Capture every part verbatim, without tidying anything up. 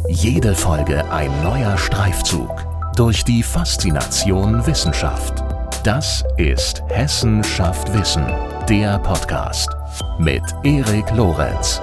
Jede Folge ein neuer Streifzug durch die Faszination Wissenschaft. Das ist Hessen schafft Wissen, der Podcast mit Erik Lorenz.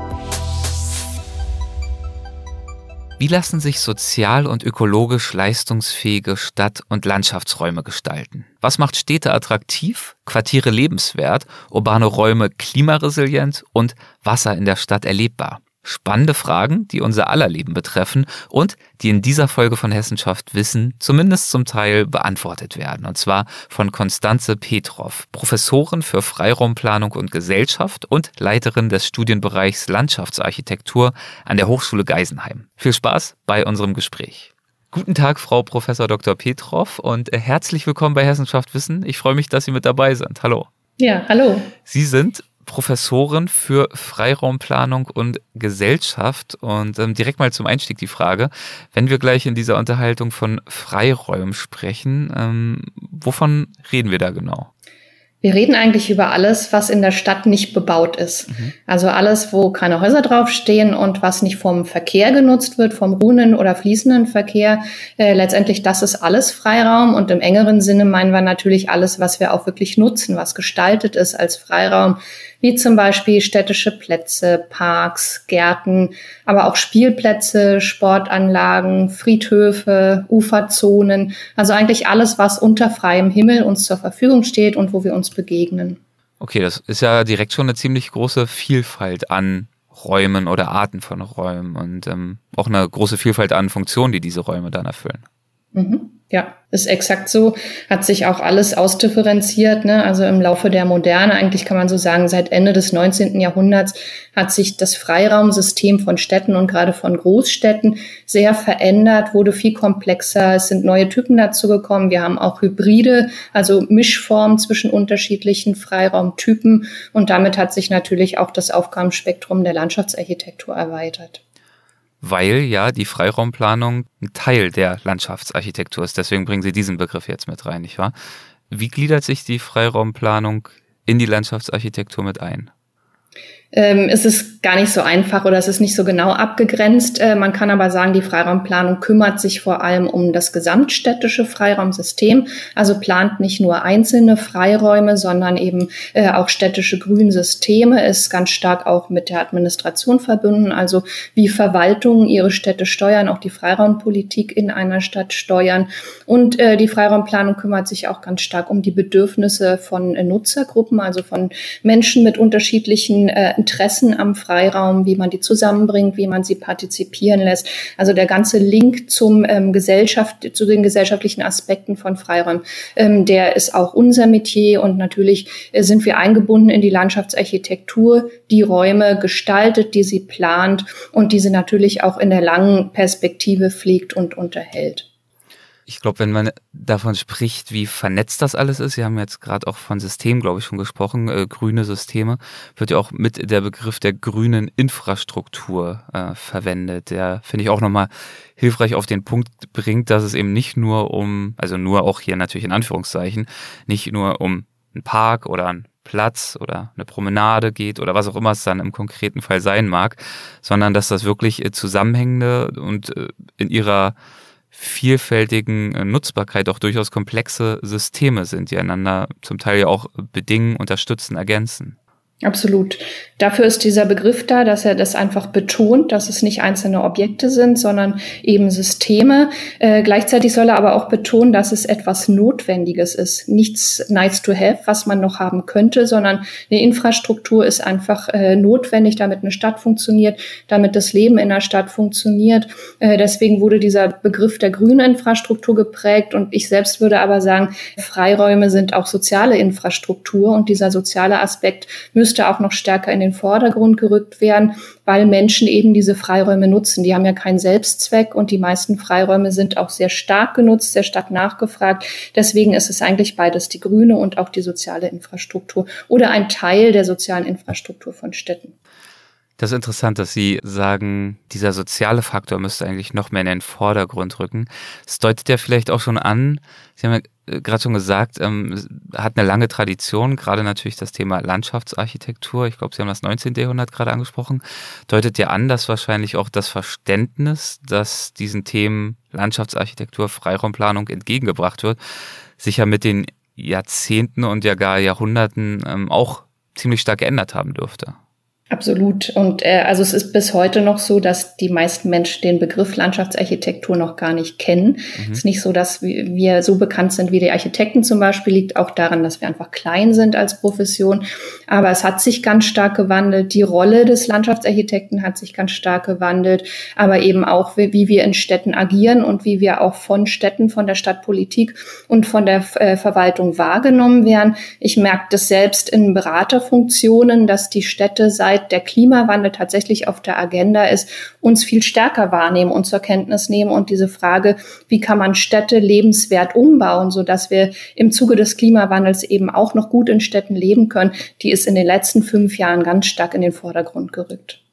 Wie lassen sich sozial und ökologisch leistungsfähige Stadt- und Landschaftsräume gestalten? Was macht Städte attraktiv, Quartiere lebenswert, urbane Räume klimaresilient und Wasser in der Stadt erlebbar? Spannende Fragen, die unser aller Leben betreffen und die in dieser Folge von Hessen schafft Wissen zumindest zum Teil beantwortet werden. Und zwar von Constanze Petroff, Professorin für Freiraumplanung und Gesellschaft und Leiterin des Studienbereichs Landschaftsarchitektur an der Hochschule Geisenheim. Viel Spaß bei unserem Gespräch. Guten Tag, Frau Professor Doktor Petroff, und herzlich willkommen bei Hessen schafft Wissen. Ich freue mich, dass Sie mit dabei sind. Hallo. Ja, hallo. Sie sind Professorin für Freiraumplanung und Gesellschaft. Und ähm, direkt mal zum Einstieg die Frage, wenn wir gleich in dieser Unterhaltung von Freiräumen sprechen, ähm, wovon reden wir da genau? Wir reden eigentlich über alles, was in der Stadt nicht bebaut ist. Mhm. Also alles, wo keine Häuser draufstehen und was nicht vom Verkehr genutzt wird, vom ruhenden oder fließenden Verkehr. Äh, letztendlich, das ist alles Freiraum. Und im engeren Sinne meinen wir natürlich alles, was wir auch wirklich nutzen, was gestaltet ist als Freiraum, wie zum Beispiel städtische Plätze, Parks, Gärten, aber auch Spielplätze, Sportanlagen, Friedhöfe, Uferzonen. Also eigentlich alles, was unter freiem Himmel uns zur Verfügung steht und wo wir uns begegnen. Okay, das ist ja direkt schon eine ziemlich große Vielfalt an Räumen oder Arten von Räumen und ähm, auch eine große Vielfalt an Funktionen, die diese Räume dann erfüllen. Mhm. Ja, ist exakt so, hat sich auch alles ausdifferenziert, ne? Also im Laufe der Moderne, eigentlich kann man so sagen, seit Ende des neunzehnten Jahrhunderts hat sich das Freiraumsystem von Städten und gerade von Großstädten sehr verändert, wurde viel komplexer, es sind neue Typen dazu gekommen, wir haben auch Hybride, also Mischformen zwischen unterschiedlichen Freiraumtypen und damit hat sich natürlich auch das Aufgabenspektrum der Landschaftsarchitektur erweitert. Weil ja die Freiraumplanung ein Teil der Landschaftsarchitektur ist. Deswegen bringen Sie diesen Begriff jetzt mit rein, nicht wahr? Wie gliedert sich die Freiraumplanung in die Landschaftsarchitektur mit ein? Ähm, es ist gar nicht so einfach oder es ist nicht so genau abgegrenzt. Äh, man kann aber sagen, die Freiraumplanung kümmert sich vor allem um das gesamtstädtische Freiraumsystem. Also plant nicht nur einzelne Freiräume, sondern eben äh, auch städtische Grünsysteme, ist ganz stark auch mit der Administration verbunden. Also wie Verwaltungen ihre Städte steuern, auch die Freiraumpolitik in einer Stadt steuern. Und äh, die Freiraumplanung kümmert sich auch ganz stark um die Bedürfnisse von äh, Nutzergruppen, also von Menschen mit unterschiedlichen äh, Interessen am Freiraum, wie man die zusammenbringt, wie man sie partizipieren lässt. Also der ganze Link zum ähm, Gesellschaft, zu den gesellschaftlichen Aspekten von Freiräumen, ähm, der ist auch unser Metier und natürlich äh, sind wir eingebunden in die Landschaftsarchitektur, die Räume gestaltet, die sie plant und die sie natürlich auch in der langen Perspektive pflegt und unterhält. Ich glaube, wenn man davon spricht, wie vernetzt das alles ist, Sie haben jetzt gerade auch von System, glaube ich, schon gesprochen, äh, grüne Systeme, wird ja auch mit der Begriff der grünen Infrastruktur äh, verwendet, der, finde ich, auch nochmal hilfreich auf den Punkt bringt, dass es eben nicht nur um, also nur auch hier natürlich in Anführungszeichen, nicht nur um einen Park oder einen Platz oder eine Promenade geht oder was auch immer es dann im konkreten Fall sein mag, sondern dass das wirklich äh, zusammenhängende und äh, in ihrer vielfältigen Nutzbarkeit auch durchaus komplexe Systeme sind, die einander zum Teil ja auch bedingen, unterstützen, ergänzen. Absolut. Dafür ist dieser Begriff da, dass er das einfach betont, dass es nicht einzelne Objekte sind, sondern eben Systeme. Äh, gleichzeitig soll er aber auch betonen, dass es etwas Notwendiges ist. Nichts nice to have, was man noch haben könnte, sondern eine Infrastruktur ist einfach äh, notwendig, damit eine Stadt funktioniert, damit das Leben in der Stadt funktioniert. Äh, deswegen wurde dieser Begriff der grünen Infrastruktur geprägt und ich selbst würde aber sagen, Freiräume sind auch soziale Infrastruktur und dieser soziale Aspekt müsste auch noch stärker in den Vordergrund gerückt werden, weil Menschen eben diese Freiräume nutzen. Die haben ja keinen Selbstzweck und die meisten Freiräume sind auch sehr stark genutzt, sehr stark nachgefragt. Deswegen ist es eigentlich beides, die grüne und auch die soziale Infrastruktur oder ein Teil der sozialen Infrastruktur von Städten. Das ist interessant, dass Sie sagen, dieser soziale Faktor müsste eigentlich noch mehr in den Vordergrund rücken. Es deutet ja vielleicht auch schon an, Sie haben ja gerade schon gesagt, ähm, hat eine lange Tradition, gerade natürlich das Thema Landschaftsarchitektur. Ich glaube, Sie haben das neunzehnten. Jahrhundert gerade angesprochen. Deutet ja an, dass wahrscheinlich auch das Verständnis, dass diesen Themen Landschaftsarchitektur, Freiraumplanung entgegengebracht wird, sich ja mit den Jahrzehnten und ja gar Jahrhunderten ähm, auch ziemlich stark geändert haben dürfte. Absolut. Und äh, also es ist bis heute noch so, dass die meisten Menschen den Begriff Landschaftsarchitektur noch gar nicht kennen. Es mhm. ist nicht so, dass wir so bekannt sind wie die Architekten zum Beispiel. Liegt auch daran, dass wir einfach klein sind als Profession. Aber es hat sich ganz stark gewandelt. Die Rolle des Landschaftsarchitekten hat sich ganz stark gewandelt. Aber eben auch, wie, wie wir in Städten agieren und wie wir auch von Städten, von der Stadtpolitik und von der äh, Verwaltung wahrgenommen werden. Ich merke das selbst in Beraterfunktionen, dass die Städte seit der Klimawandel tatsächlich auf der Agenda ist, uns viel stärker wahrnehmen und zur Kenntnis nehmen und diese Frage, wie kann man Städte lebenswert umbauen, sodass wir im Zuge des Klimawandels eben auch noch gut in Städten leben können, die ist in den letzten fünf Jahren ganz stark in den Vordergrund gerückt.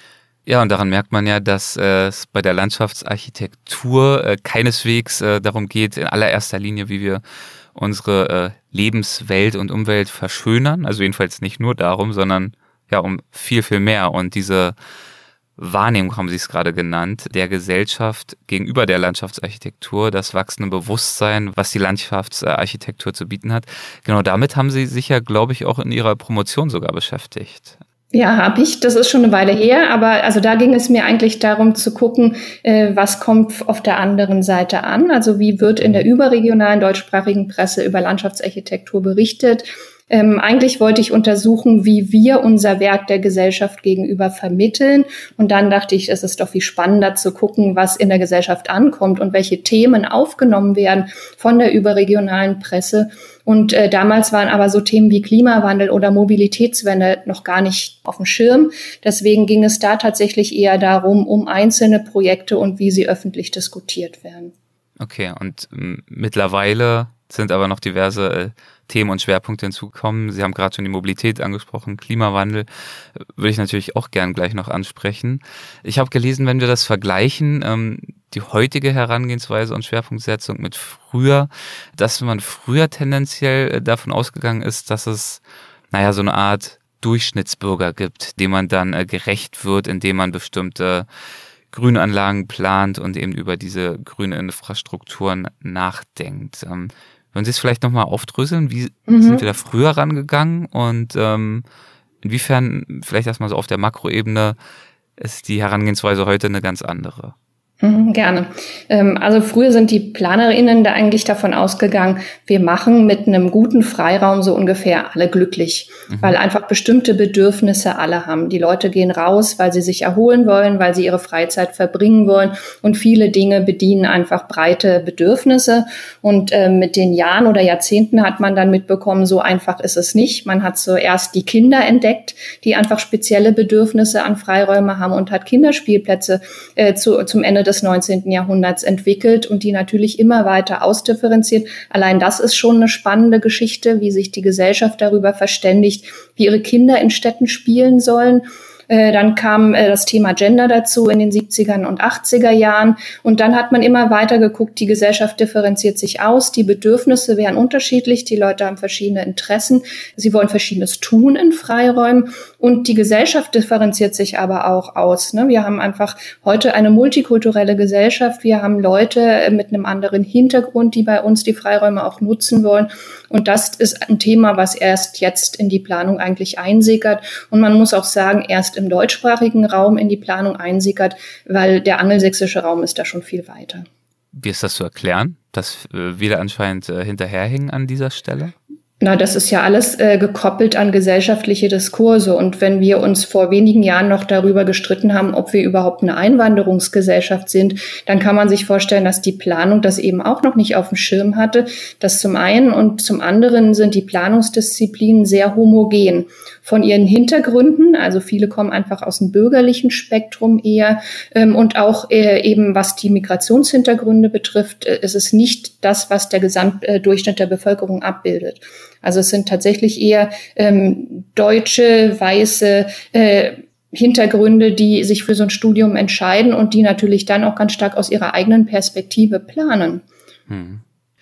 Ja, und daran merkt man ja, dass äh, es bei der Landschaftsarchitektur äh, keineswegs äh, darum geht, in allererster Linie, wie wir unsere äh, Lebenswelt und Umwelt verschönern, also jedenfalls nicht nur darum, sondern ja, um viel, viel mehr. Und diese Wahrnehmung, haben Sie es gerade genannt, der Gesellschaft gegenüber der Landschaftsarchitektur, das wachsende Bewusstsein, was die Landschaftsarchitektur zu bieten hat. Genau damit haben Sie sich ja, glaube ich, auch in Ihrer Promotion sogar beschäftigt. Ja, habe ich. Das ist schon eine Weile her, aber also da ging es mir eigentlich darum zu gucken, äh, was kommt auf der anderen Seite an. Also wie wird in der überregionalen deutschsprachigen Presse über Landschaftsarchitektur berichtet? Ähm, eigentlich wollte ich untersuchen, wie wir unser Werk der Gesellschaft gegenüber vermitteln. Und dann dachte ich, es ist doch viel spannender zu gucken, was in der Gesellschaft ankommt und welche Themen aufgenommen werden von der überregionalen Presse. Und äh, damals waren aber so Themen wie Klimawandel oder Mobilitätswende noch gar nicht auf dem Schirm. Deswegen ging es da tatsächlich eher darum, um einzelne Projekte und wie sie öffentlich diskutiert werden. Okay, und ähm, mittlerweile sind aber noch diverse äh, Themen und Schwerpunkte hinzugekommen. Sie haben gerade schon die Mobilität angesprochen, Klimawandel, äh, würde ich natürlich auch gern gleich noch ansprechen. Ich habe gelesen, wenn wir das vergleichen, ähm, die heutige Herangehensweise und Schwerpunktsetzung mit früher, dass man früher tendenziell äh, davon ausgegangen ist, dass es, naja, so eine Art Durchschnittsbürger gibt, dem man dann äh, gerecht wird, indem man bestimmte Grünanlagen plant und eben über diese grünen Infrastrukturen nachdenkt. Ähm, Würden Sie es vielleicht nochmal aufdröseln? Wie mhm. sind wir da früher rangegangen und ähm, inwiefern, vielleicht erstmal so auf der Makroebene, ist die Herangehensweise heute eine ganz andere? Gerne. Also früher sind die PlanerInnen da eigentlich davon ausgegangen, wir machen mit einem guten Freiraum so ungefähr alle glücklich, mhm. weil einfach bestimmte Bedürfnisse alle haben. Die Leute gehen raus, weil sie sich erholen wollen, weil sie ihre Freizeit verbringen wollen und viele Dinge bedienen einfach breite Bedürfnisse. Und äh, mit den Jahren oder Jahrzehnten hat man dann mitbekommen, so einfach ist es nicht. Man hat zuerst die Kinder entdeckt, die einfach spezielle Bedürfnisse an Freiräume haben und hat Kinderspielplätze äh, zu, zum Ende des neunzehnten. Jahrhunderts entwickelt und die natürlich immer weiter ausdifferenziert. Allein das ist schon eine spannende Geschichte, wie sich die Gesellschaft darüber verständigt, wie ihre Kinder in Städten spielen sollen. Dann kam das Thema Gender dazu in den siebzigern und achtziger Jahren. Und dann hat man immer weiter geguckt, die Gesellschaft differenziert sich aus, die Bedürfnisse wären unterschiedlich, die Leute haben verschiedene Interessen, sie wollen Verschiedenes tun in Freiräumen und die Gesellschaft differenziert sich aber auch aus. Wir haben einfach heute eine multikulturelle Gesellschaft, wir haben Leute mit einem anderen Hintergrund, die bei uns die Freiräume auch nutzen wollen. Und das ist ein Thema, was erst jetzt in die Planung eigentlich einsickert. Und man muss auch sagen, erst im deutschsprachigen Raum in die Planung einsickert, weil der angelsächsische Raum ist da schon viel weiter. Wie ist das zu erklären, dass wir da anscheinend äh, hinterherhängen an dieser Stelle? Na, das ist ja alles äh, gekoppelt an gesellschaftliche Diskurse. Und wenn wir uns vor wenigen Jahren noch darüber gestritten haben, ob wir überhaupt eine Einwanderungsgesellschaft sind, dann kann man sich vorstellen, dass die Planung das eben auch noch nicht auf dem Schirm hatte. Das zum einen und zum anderen sind die Planungsdisziplinen sehr homogen von ihren Hintergründen. Also viele kommen einfach aus dem bürgerlichen Spektrum eher. Ähm, und auch äh, eben was die Migrationshintergründe betrifft, äh, ist es nicht das, was der Gesamtdurchschnitt der Bevölkerung abbildet. Also es sind tatsächlich eher ähm, deutsche, weiße äh, Hintergründe, die sich für so ein Studium entscheiden und die natürlich dann auch ganz stark aus ihrer eigenen Perspektive planen. Hm.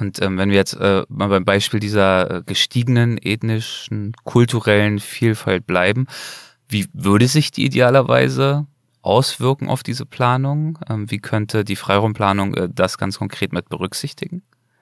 Und ähm, wenn wir jetzt äh, mal beim Beispiel dieser äh, gestiegenen ethnischen, kulturellen Vielfalt bleiben, wie würde sich die idealerweise auswirken auf diese Planung? Ähm, wie könnte die Freiraumplanung äh, das ganz konkret mit berücksichtigen?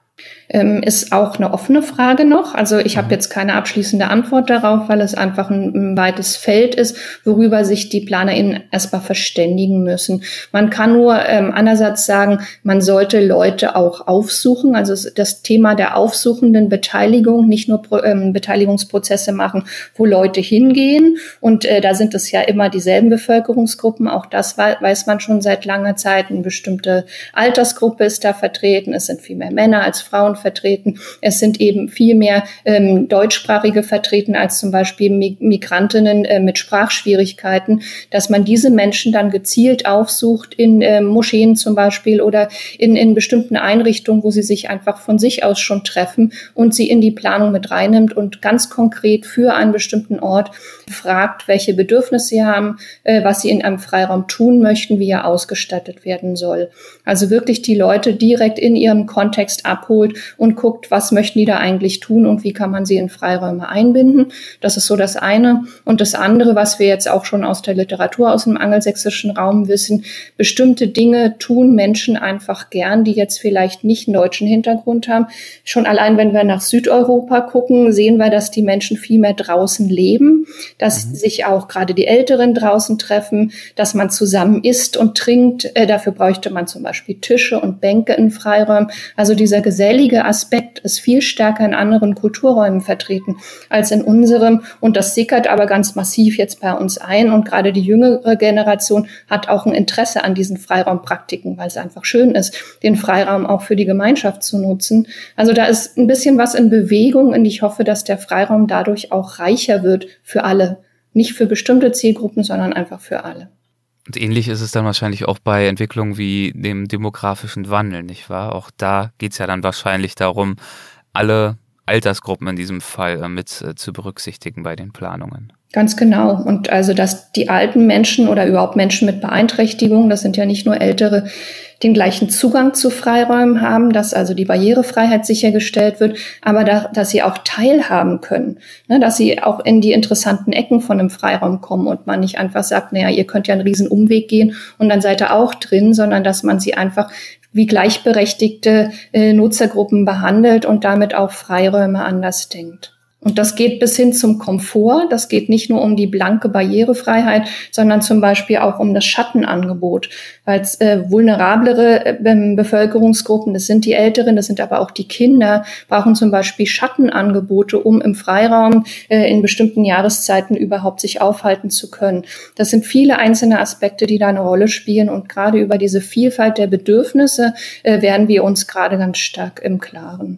Ähm, ist auch eine offene Frage noch. Also ich habe jetzt keine abschließende Antwort darauf, weil es einfach ein, ein weites Feld ist, worüber sich die PlanerInnen erstmal verständigen müssen. Man kann nur ähm, andererseits sagen, man sollte Leute auch aufsuchen. Also das Thema der aufsuchenden Beteiligung, nicht nur Pro, ähm, Beteiligungsprozesse machen, wo Leute hingehen. Und äh, da sind es ja immer dieselben Bevölkerungsgruppen. Auch das weiß man schon seit langer Zeit. Eine bestimmte Altersgruppe ist da vertreten. Es sind viel mehr Männer als Frauen vertreten. Es sind eben viel mehr ähm, Deutschsprachige vertreten als zum Beispiel Migrantinnen äh, mit Sprachschwierigkeiten, dass man diese Menschen dann gezielt aufsucht in äh, Moscheen zum Beispiel oder in, in bestimmten Einrichtungen, wo sie sich einfach von sich aus schon treffen und sie in die Planung mit reinnimmt und ganz konkret für einen bestimmten Ort fragt, welche Bedürfnisse sie haben, äh, was sie in einem Freiraum tun möchten, wie er ausgestattet werden soll. Also wirklich die Leute direkt in ihrem Kontext abholen und guckt, was möchten die da eigentlich tun und wie kann man sie in Freiräume einbinden. Das ist so das eine. Und das andere, was wir jetzt auch schon aus der Literatur aus dem angelsächsischen Raum wissen, bestimmte Dinge tun Menschen einfach gern, die jetzt vielleicht nicht einen deutschen Hintergrund haben. Schon allein, wenn wir nach Südeuropa gucken, sehen wir, dass die Menschen viel mehr draußen leben, dass mhm. sich auch gerade die Älteren draußen treffen, dass man zusammen isst und trinkt. Äh, dafür bräuchte man zum Beispiel Tische und Bänke in Freiräumen. Also dieser gesellige Aspekt ist viel stärker in anderen Kulturräumen vertreten als in unserem. Und das sickert aber ganz massiv jetzt bei uns ein. Und gerade die jüngere Generation hat auch ein Interesse an diesen Freiraumpraktiken, weil es einfach schön ist, den Freiraum auch für die Gemeinschaft zu nutzen. Also da ist ein bisschen was in Bewegung und ich hoffe, dass der Freiraum dadurch auch reicher wird für alle. Nicht für bestimmte Zielgruppen, sondern einfach für alle. Und ähnlich ist es dann wahrscheinlich auch bei Entwicklungen wie dem demografischen Wandel, nicht wahr? Auch da geht es ja dann wahrscheinlich darum, alle Altersgruppen in diesem Fall mit äh, zu berücksichtigen bei den Planungen. Ganz genau. Und also, dass die alten Menschen oder überhaupt Menschen mit Beeinträchtigung, das sind ja nicht nur Ältere, den gleichen Zugang zu Freiräumen haben, dass also die Barrierefreiheit sichergestellt wird, aber da, dass sie auch teilhaben können, ne, dass sie auch in die interessanten Ecken von einem Freiraum kommen und man nicht einfach sagt, naja, ihr könnt ja einen riesen Umweg gehen und dann seid ihr auch drin, sondern dass man sie einfach wie gleichberechtigte äh, Nutzergruppen behandelt und damit auch Freiräume anders denkt. Und das geht bis hin zum Komfort. Das geht nicht nur um die blanke Barrierefreiheit, sondern zum Beispiel auch um das Schattenangebot. Weil äh, vulnerablere äh, Bevölkerungsgruppen, das sind die Älteren, das sind aber auch die Kinder, brauchen zum Beispiel Schattenangebote, um im Freiraum äh, in bestimmten Jahreszeiten überhaupt sich aufhalten zu können. Das sind viele einzelne Aspekte, die da eine Rolle spielen. Und gerade über diese Vielfalt der Bedürfnisse äh, werden wir uns gerade ganz stark im Klaren.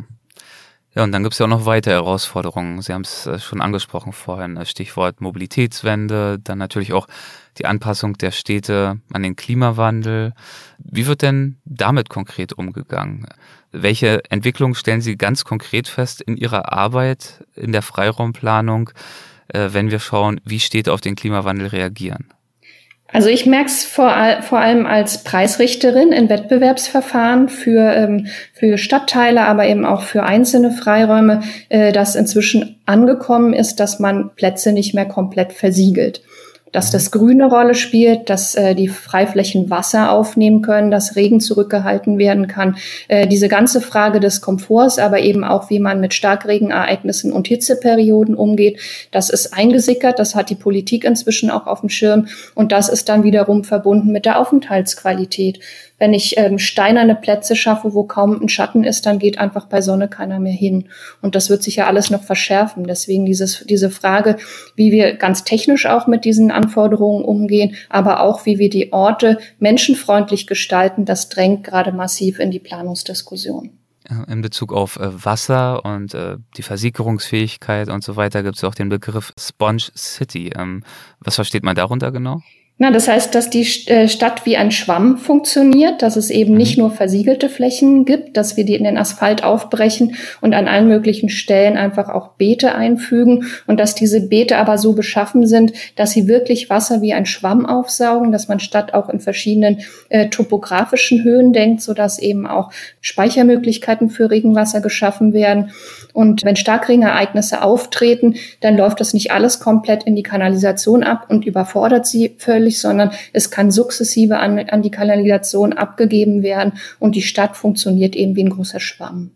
Ja, und dann gibt es ja auch noch weitere Herausforderungen. Sie haben es schon angesprochen vorhin, Stichwort Mobilitätswende, dann natürlich auch die Anpassung der Städte an den Klimawandel. Wie wird denn damit konkret umgegangen? Welche Entwicklungen stellen Sie ganz konkret fest in Ihrer Arbeit in der Freiraumplanung, wenn wir schauen, wie Städte auf den Klimawandel reagieren? Also ich merke es vor, vor allem als Preisrichterin in Wettbewerbsverfahren für, ähm, für Stadtteile, aber eben auch für einzelne Freiräume, äh, dass inzwischen angekommen ist, dass man Plätze nicht mehr komplett versiegelt. Dass das Grün eine Rolle spielt, dass äh, die Freiflächen Wasser aufnehmen können, dass Regen zurückgehalten werden kann. Äh, diese ganze Frage des Komforts, aber eben auch, wie man mit Starkregenereignissen und Hitzeperioden umgeht, das ist eingesickert, das hat die Politik inzwischen auch auf dem Schirm und das ist dann wiederum verbunden mit der Aufenthaltsqualität. Wenn ich ähm, steinerne Plätze schaffe, wo kaum ein Schatten ist, dann geht einfach bei Sonne keiner mehr hin. Und das wird sich ja alles noch verschärfen. Deswegen dieses, diese Frage, wie wir ganz technisch auch mit diesen Anforderungen umgehen, aber auch, wie wir die Orte menschenfreundlich gestalten, das drängt gerade massiv in die Planungsdiskussion. In Bezug auf äh, Wasser und äh, die Versickerungsfähigkeit und so weiter gibt es auch den Begriff Sponge City. Ähm, was versteht man darunter genau? Na, das heißt, dass die Stadt wie ein Schwamm funktioniert, dass es eben nicht nur versiegelte Flächen gibt, dass wir die in den Asphalt aufbrechen und an allen möglichen Stellen einfach auch Beete einfügen und dass diese Beete aber so beschaffen sind, dass sie wirklich Wasser wie ein Schwamm aufsaugen, dass man statt auch in verschiedenen äh, topografischen Höhen denkt, sodass eben auch Speichermöglichkeiten für Regenwasser geschaffen werden. Und wenn Starkregenereignisse auftreten, dann läuft das nicht alles komplett in die Kanalisation ab und überfordert sie völlig, sondern es kann sukzessive an, an die Kanalisation abgegeben werden und die Stadt funktioniert eben wie ein großer Schwamm.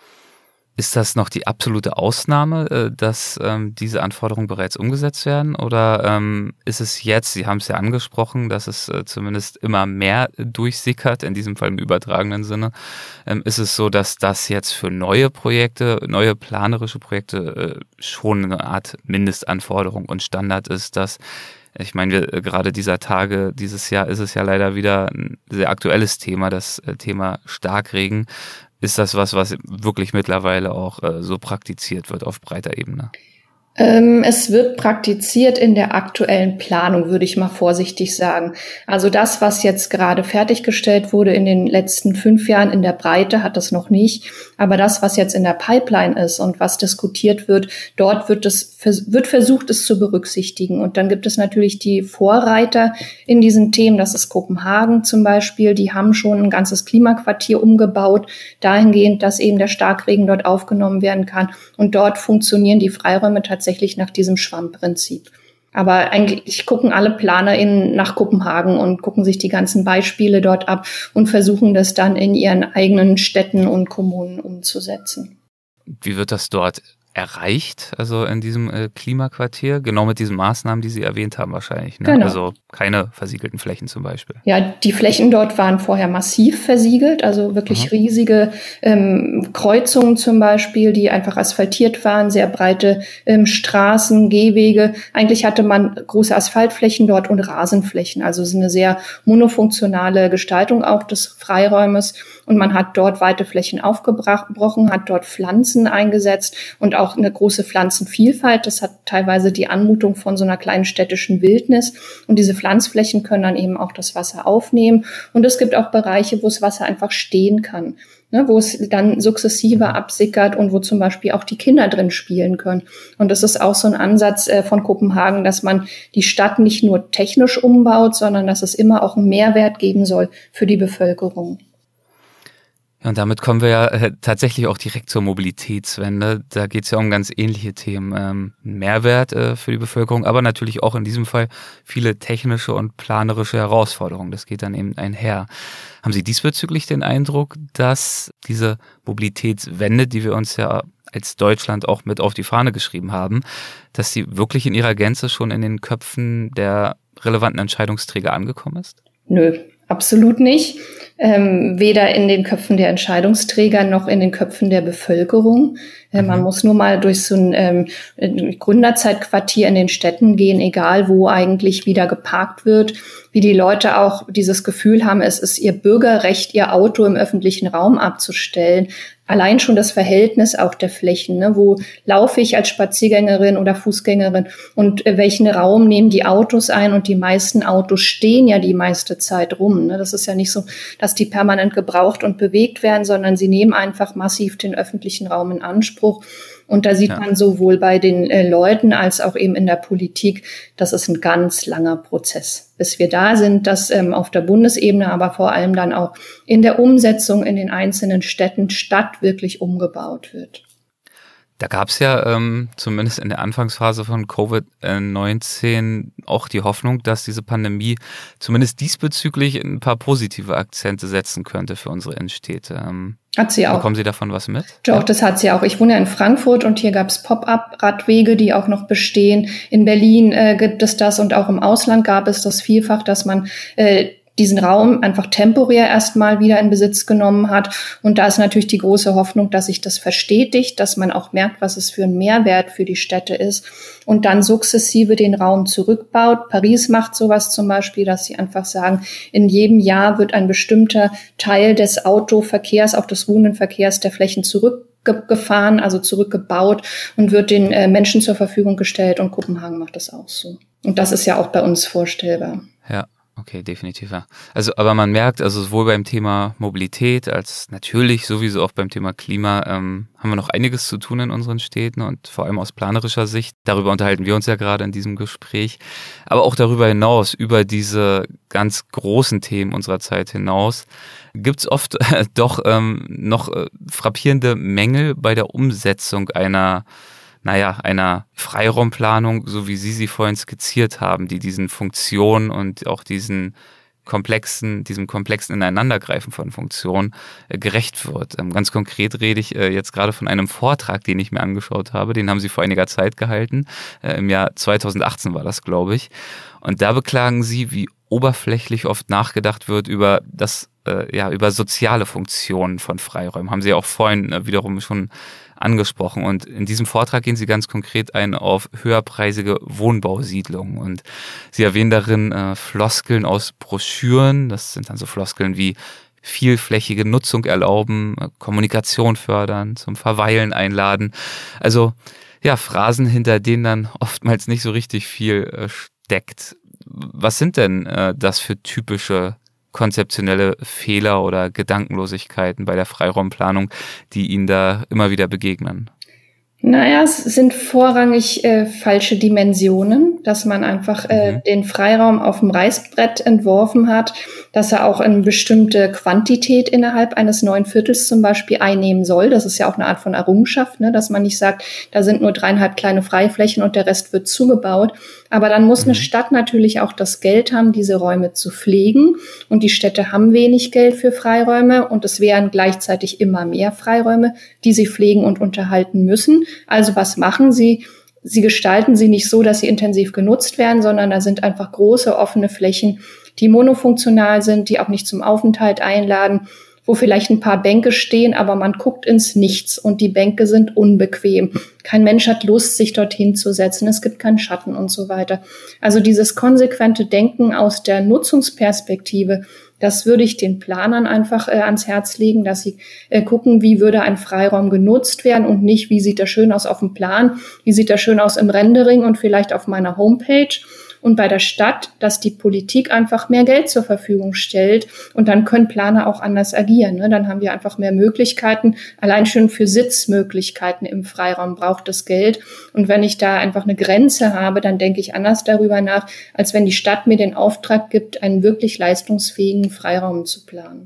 Ist das noch die absolute Ausnahme, dass ähm, diese Anforderungen bereits umgesetzt werden? Oder ähm, ist es jetzt, Sie haben es ja angesprochen, dass es äh, zumindest immer mehr durchsickert, in diesem Fall im übertragenen Sinne, ähm, ist es so, dass das jetzt für neue Projekte, neue planerische Projekte äh, schon eine Art Mindestanforderung und Standard ist, dass ich meine, wir, gerade dieser Tage, dieses Jahr ist es ja leider wieder ein sehr aktuelles Thema, das äh, Thema Starkregen. Ist das was, was wirklich mittlerweile auch äh, so praktiziert wird auf breiter Ebene? Ähm, es wird praktiziert in der aktuellen Planung, würde ich mal vorsichtig sagen. Also das, was jetzt gerade fertiggestellt wurde in den letzten fünf Jahren in der Breite, hat das noch nicht. Aber das, was jetzt in der Pipeline ist und was diskutiert wird, dort wird es wird versucht, es zu berücksichtigen. Und dann gibt es natürlich die Vorreiter in diesen Themen. Das ist Kopenhagen zum Beispiel. Die haben schon ein ganzes Klimaquartier umgebaut, dahingehend, dass eben der Starkregen dort aufgenommen werden kann. Und dort funktionieren die Freiräume tatsächlich tatsächlich nach diesem Schwammprinzip. Aber eigentlich gucken alle PlanerInnen nach Kopenhagen und gucken sich die ganzen Beispiele dort ab und versuchen das dann in ihren eigenen Städten und Kommunen umzusetzen. Wie wird das dort erreicht, also in diesem äh, Klimaquartier, genau mit diesen Maßnahmen, die Sie erwähnt haben wahrscheinlich, ne? Genau. Also keine versiegelten Flächen zum Beispiel. Ja, die Flächen dort waren vorher massiv versiegelt, also wirklich mhm. riesige ähm, Kreuzungen zum Beispiel, die einfach asphaltiert waren, sehr breite ähm, Straßen, Gehwege. Eigentlich hatte man große Asphaltflächen dort und Rasenflächen, also es ist eine sehr monofunktionale Gestaltung auch des Freiräumes. Und man hat dort weite Flächen aufgebrochen, hat dort Pflanzen eingesetzt und auch eine große Pflanzenvielfalt. Das hat teilweise die Anmutung von so einer kleinen städtischen Wildnis. Und diese Pflanzflächen können dann eben auch das Wasser aufnehmen. Und es gibt auch Bereiche, wo das Wasser einfach stehen kann, ne, wo es dann sukzessive absickert und wo zum Beispiel auch die Kinder drin spielen können. Und das ist auch so ein Ansatz äh, von Kopenhagen, dass man die Stadt nicht nur technisch umbaut, sondern dass es immer auch einen Mehrwert geben soll für die Bevölkerung. Ja, und damit kommen wir ja äh, tatsächlich auch direkt zur Mobilitätswende. Da geht es ja um ganz ähnliche Themen. Ähm, Mehrwert äh, für die Bevölkerung, aber natürlich auch in diesem Fall viele technische und planerische Herausforderungen. Das geht dann eben einher. Haben Sie diesbezüglich den Eindruck, dass diese Mobilitätswende, die wir uns ja als Deutschland auch mit auf die Fahne geschrieben haben, dass sie wirklich in ihrer Gänze schon in den Köpfen der relevanten Entscheidungsträger angekommen ist? Nö, absolut nicht. Ähm, weder in den Köpfen der Entscheidungsträger noch in den Köpfen der Bevölkerung. Äh, mhm. Man muss nur mal durch so ein ähm, Gründerzeitquartier in den Städten gehen, egal wo eigentlich wieder geparkt wird, wie die Leute auch dieses Gefühl haben, es ist ihr Bürgerrecht, ihr Auto im öffentlichen Raum abzustellen. Allein schon das Verhältnis auch der Flächen, ne? Wo laufe ich als Spaziergängerin oder Fußgängerin und äh, welchen Raum nehmen die Autos ein? Und die meisten Autos stehen ja die meiste Zeit rum, ne? Das ist ja nicht so, dass die permanent gebraucht und bewegt werden, sondern sie nehmen einfach massiv den öffentlichen Raum in Anspruch. Und da sieht ja. man sowohl bei den äh, Leuten als auch eben in der Politik, das ist ein ganz langer Prozess, bis wir da sind, dass ähm, auf der Bundesebene, aber vor allem dann auch in der Umsetzung in den einzelnen Städten Stadt wirklich umgebaut wird. Da gab es ja ähm, zumindest in der Anfangsphase von Covid neunzehn auch die Hoffnung, dass diese Pandemie zumindest diesbezüglich ein paar positive Akzente setzen könnte für unsere Innenstädte. Ähm, Hat sie auch. Bekommen Sie davon was mit? Doch, ja. Das hat sie auch. Ich wohne ja in Frankfurt und hier gab es Pop-up-Radwege, die auch noch bestehen. In Berlin äh, gibt es das und auch im Ausland gab es das vielfach, dass man äh, diesen Raum einfach temporär erstmal wieder in Besitz genommen hat. Und da ist natürlich die große Hoffnung, dass sich das verstetigt, dass man auch merkt, was es für ein Mehrwert für die Städte ist und dann sukzessive den Raum zurückbaut. Paris macht sowas zum Beispiel, dass sie einfach sagen, in jedem Jahr wird ein bestimmter Teil des Autoverkehrs, auch des ruhenden Verkehrs der Flächen zurückgefahren, also zurückgebaut und wird den äh, Menschen zur Verfügung gestellt. Und Kopenhagen macht das auch so. Und das ist ja auch bei uns vorstellbar. Ja. Okay, definitiv, ja. Also, aber man merkt, also sowohl beim Thema Mobilität als natürlich sowieso auch beim Thema Klima ähm, haben wir noch einiges zu tun in unseren Städten und vor allem aus planerischer Sicht. Darüber unterhalten wir uns ja gerade in diesem Gespräch. Aber auch darüber hinaus, über diese ganz großen Themen unserer Zeit hinaus, gibt's oft äh, doch ähm, noch äh, frappierende Mängel bei der Umsetzung einer naja, einer Freiraumplanung, so wie Sie sie vorhin skizziert haben, die diesen Funktionen und auch diesen komplexen, diesem komplexen Ineinandergreifen von Funktionen äh, gerecht wird. Ähm, ganz konkret rede ich äh, jetzt gerade von einem Vortrag, den ich mir angeschaut habe. Den haben Sie vor einiger Zeit gehalten. Äh, im Jahr zweitausendachtzehn war das, glaube ich. Und da beklagen Sie, wie oberflächlich oft nachgedacht wird über das, äh, ja, über soziale Funktionen von Freiräumen. Haben Sie ja auch vorhin äh, wiederum schon angesprochen. Und in diesem Vortrag gehen Sie ganz konkret ein auf höherpreisige Wohnbausiedlungen. Und Sie erwähnen darin äh, Floskeln aus Broschüren. Das sind dann so Floskeln wie vielflächige Nutzung erlauben, äh, Kommunikation fördern, zum Verweilen einladen. Also ja, Phrasen, hinter denen dann oftmals nicht so richtig viel äh, steckt. Was sind denn äh, das für typische konzeptionelle Fehler oder Gedankenlosigkeiten bei der Freiraumplanung, die Ihnen da immer wieder begegnen? Naja, es sind vorrangig äh, falsche Dimensionen, dass man einfach äh, mhm. den Freiraum auf dem Reißbrett entworfen hat, dass er auch eine bestimmte Quantität innerhalb eines neuen Viertels zum Beispiel einnehmen soll. Das ist ja auch eine Art von Errungenschaft, ne? Dass man nicht sagt, da sind nur dreieinhalb kleine Freiflächen und der Rest wird zugebaut. Aber dann muss mhm. eine Stadt natürlich auch das Geld haben, diese Räume zu pflegen. Und die Städte haben wenig Geld für Freiräume und es wären gleichzeitig immer mehr Freiräume, die sie pflegen und unterhalten müssen. Also was machen sie? Sie gestalten sie nicht so, dass sie intensiv genutzt werden, sondern da sind einfach große offene Flächen, die monofunktional sind, die auch nicht zum Aufenthalt einladen, wo vielleicht ein paar Bänke stehen, aber man guckt ins Nichts und die Bänke sind unbequem. Kein Mensch hat Lust, sich dorthin zu setzen. Es gibt keinen Schatten und so weiter. Also dieses konsequente Denken aus der Nutzungsperspektive, das würde ich den Planern einfach äh, ans Herz legen, dass sie äh, gucken, wie würde ein Freiraum genutzt werden und nicht, wie sieht das schön aus auf dem Plan, wie sieht das schön aus im Rendering und vielleicht auf meiner Homepage. Und bei der Stadt, dass die Politik einfach mehr Geld zur Verfügung stellt und dann können Planer auch anders agieren. Ne? Dann haben wir einfach mehr Möglichkeiten. Allein schon für Sitzmöglichkeiten im Freiraum braucht es Geld. Und wenn ich da einfach eine Grenze habe, dann denke ich anders darüber nach, als wenn die Stadt mir den Auftrag gibt, einen wirklich leistungsfähigen Freiraum zu planen.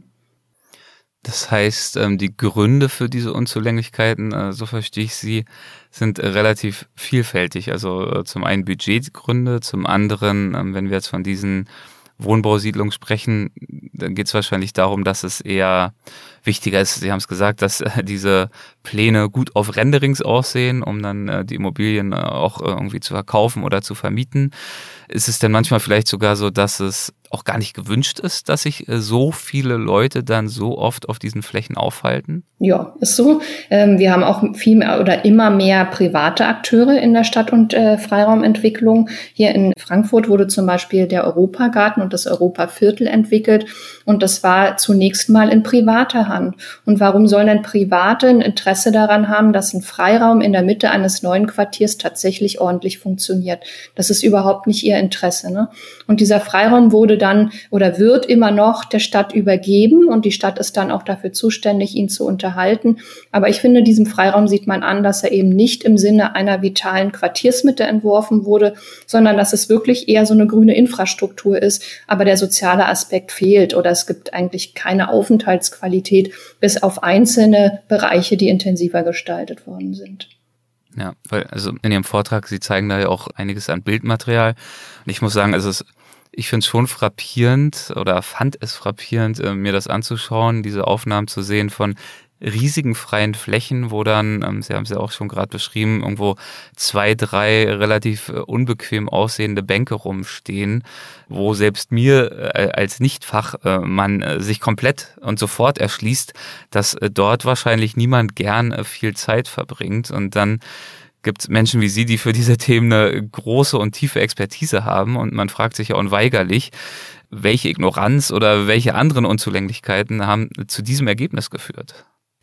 Das heißt, die Gründe für diese Unzulänglichkeiten, so verstehe ich sie, sind relativ vielfältig. Also zum einen Budgetgründe, zum anderen, wenn wir jetzt von diesen Wohnbausiedlungen sprechen, dann geht es wahrscheinlich darum, dass es eher wichtiger ist, Sie haben es gesagt, dass diese Pläne gut auf Renderings aussehen, um dann die Immobilien auch irgendwie zu verkaufen oder zu vermieten. Ist es denn manchmal vielleicht sogar so, dass es auch gar nicht gewünscht ist, dass sich so viele Leute dann so oft auf diesen Flächen aufhalten? Ja, ist so. Wir haben auch viel mehr oder immer mehr private Akteure in der Stadt- und Freiraumentwicklung. Hier in Frankfurt wurde zum Beispiel der Europagarten und das Europaviertel entwickelt. Und das war zunächst mal in privater Hand. Und warum sollen denn Private ein Interesse daran haben, dass ein Freiraum in der Mitte eines neuen Quartiers tatsächlich ordentlich funktioniert? Das ist überhaupt nicht ihr Interesse, ne? Und dieser Freiraum wurde dann oder wird immer noch der Stadt übergeben und die Stadt ist dann auch dafür zuständig, ihn zu unterhalten. Aber ich finde, diesem Freiraum sieht man an, dass er eben nicht im Sinne einer vitalen Quartiersmitte entworfen wurde, sondern dass es wirklich eher so eine grüne Infrastruktur ist, aber der soziale Aspekt fehlt oder es gibt eigentlich keine Aufenthaltsqualität bis auf einzelne Bereiche, die intensiver gestaltet worden sind. Ja, weil also in Ihrem Vortrag, Sie zeigen da ja auch einiges an Bildmaterial und ich muss sagen, also es ich finde es schon frappierend oder fand es frappierend, äh, mir das anzuschauen, diese Aufnahmen zu sehen von riesigen freien Flächen, wo dann, ähm, Sie haben es ja auch schon gerade beschrieben, irgendwo zwei, drei relativ äh, unbequem aussehende Bänke rumstehen, wo selbst mir äh, als Nichtfachmann äh, sich komplett und sofort erschließt, dass äh, dort wahrscheinlich niemand gern äh, viel Zeit verbringt und dann gibt es Menschen wie Sie, die für diese Themen eine große und tiefe Expertise haben und man fragt sich ja unweigerlich, welche Ignoranz oder welche anderen Unzulänglichkeiten haben zu diesem Ergebnis geführt?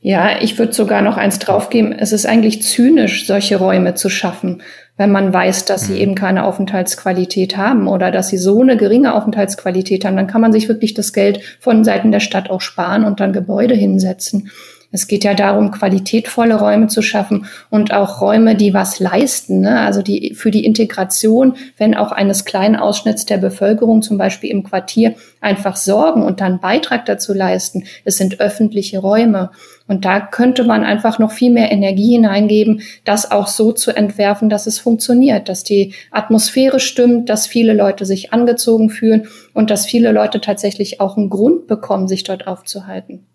Ja, ich würde sogar noch eins draufgeben. Es ist eigentlich zynisch, solche Räume zu schaffen, wenn man weiß, dass sie eben keine Aufenthaltsqualität haben oder dass sie so eine geringe Aufenthaltsqualität haben. Dann kann man sich wirklich das Geld von Seiten der Stadt auch sparen und dann Gebäude hinsetzen. Es geht ja darum, qualitätvolle Räume zu schaffen und auch Räume, die was leisten, ne? Also die für die Integration, wenn auch eines kleinen Ausschnitts der Bevölkerung, zum Beispiel im Quartier, einfach sorgen und dann Beitrag dazu leisten. Es sind öffentliche Räume. Und da könnte man einfach noch viel mehr Energie hineingeben, das auch so zu entwerfen, dass es funktioniert, dass die Atmosphäre stimmt, dass viele Leute sich angezogen fühlen und dass viele Leute tatsächlich auch einen Grund bekommen, sich dort aufzuhalten.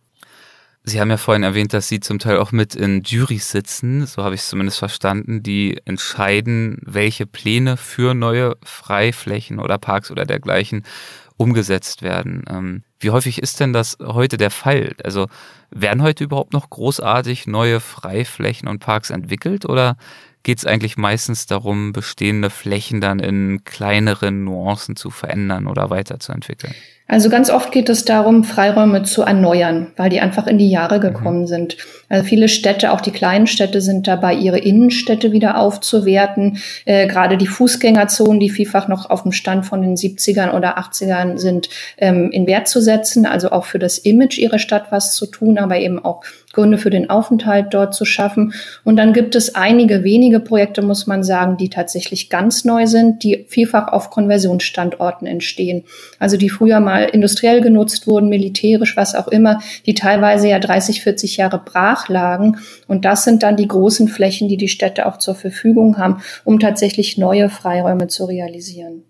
Sie haben ja vorhin erwähnt, dass Sie zum Teil auch mit in Jurys sitzen, so habe ich es zumindest verstanden, die entscheiden, welche Pläne für neue Freiflächen oder Parks oder dergleichen umgesetzt werden. Ähm, wie häufig ist denn das heute der Fall? Also werden heute überhaupt noch großartig neue Freiflächen und Parks entwickelt oder geht es eigentlich meistens darum, bestehende Flächen dann in kleineren Nuancen zu verändern oder weiterzuentwickeln? Also ganz oft geht es darum, Freiräume zu erneuern, weil die einfach in die Jahre gekommen mhm. sind. Also viele Städte, auch die kleinen Städte, sind dabei, ihre Innenstädte wieder aufzuwerten. Äh, gerade die Fußgängerzonen, die vielfach noch auf dem Stand von den siebzigern oder achtzigern sind, ähm, in Wert zu setzen. Also auch für das Image ihrer Stadt was zu tun, aber eben auch Gründe für den Aufenthalt dort zu schaffen. Und dann gibt es einige wenige Projekte, muss man sagen, die tatsächlich ganz neu sind, die vielfach auf Konversionsstandorten entstehen. Also die früher mal industriell genutzt wurden, militärisch, was auch immer, die teilweise ja dreißig, vierzig Jahre brach lagen. Und das sind dann die großen Flächen, die die Städte auch zur Verfügung haben, um tatsächlich neue Freiräume zu realisieren.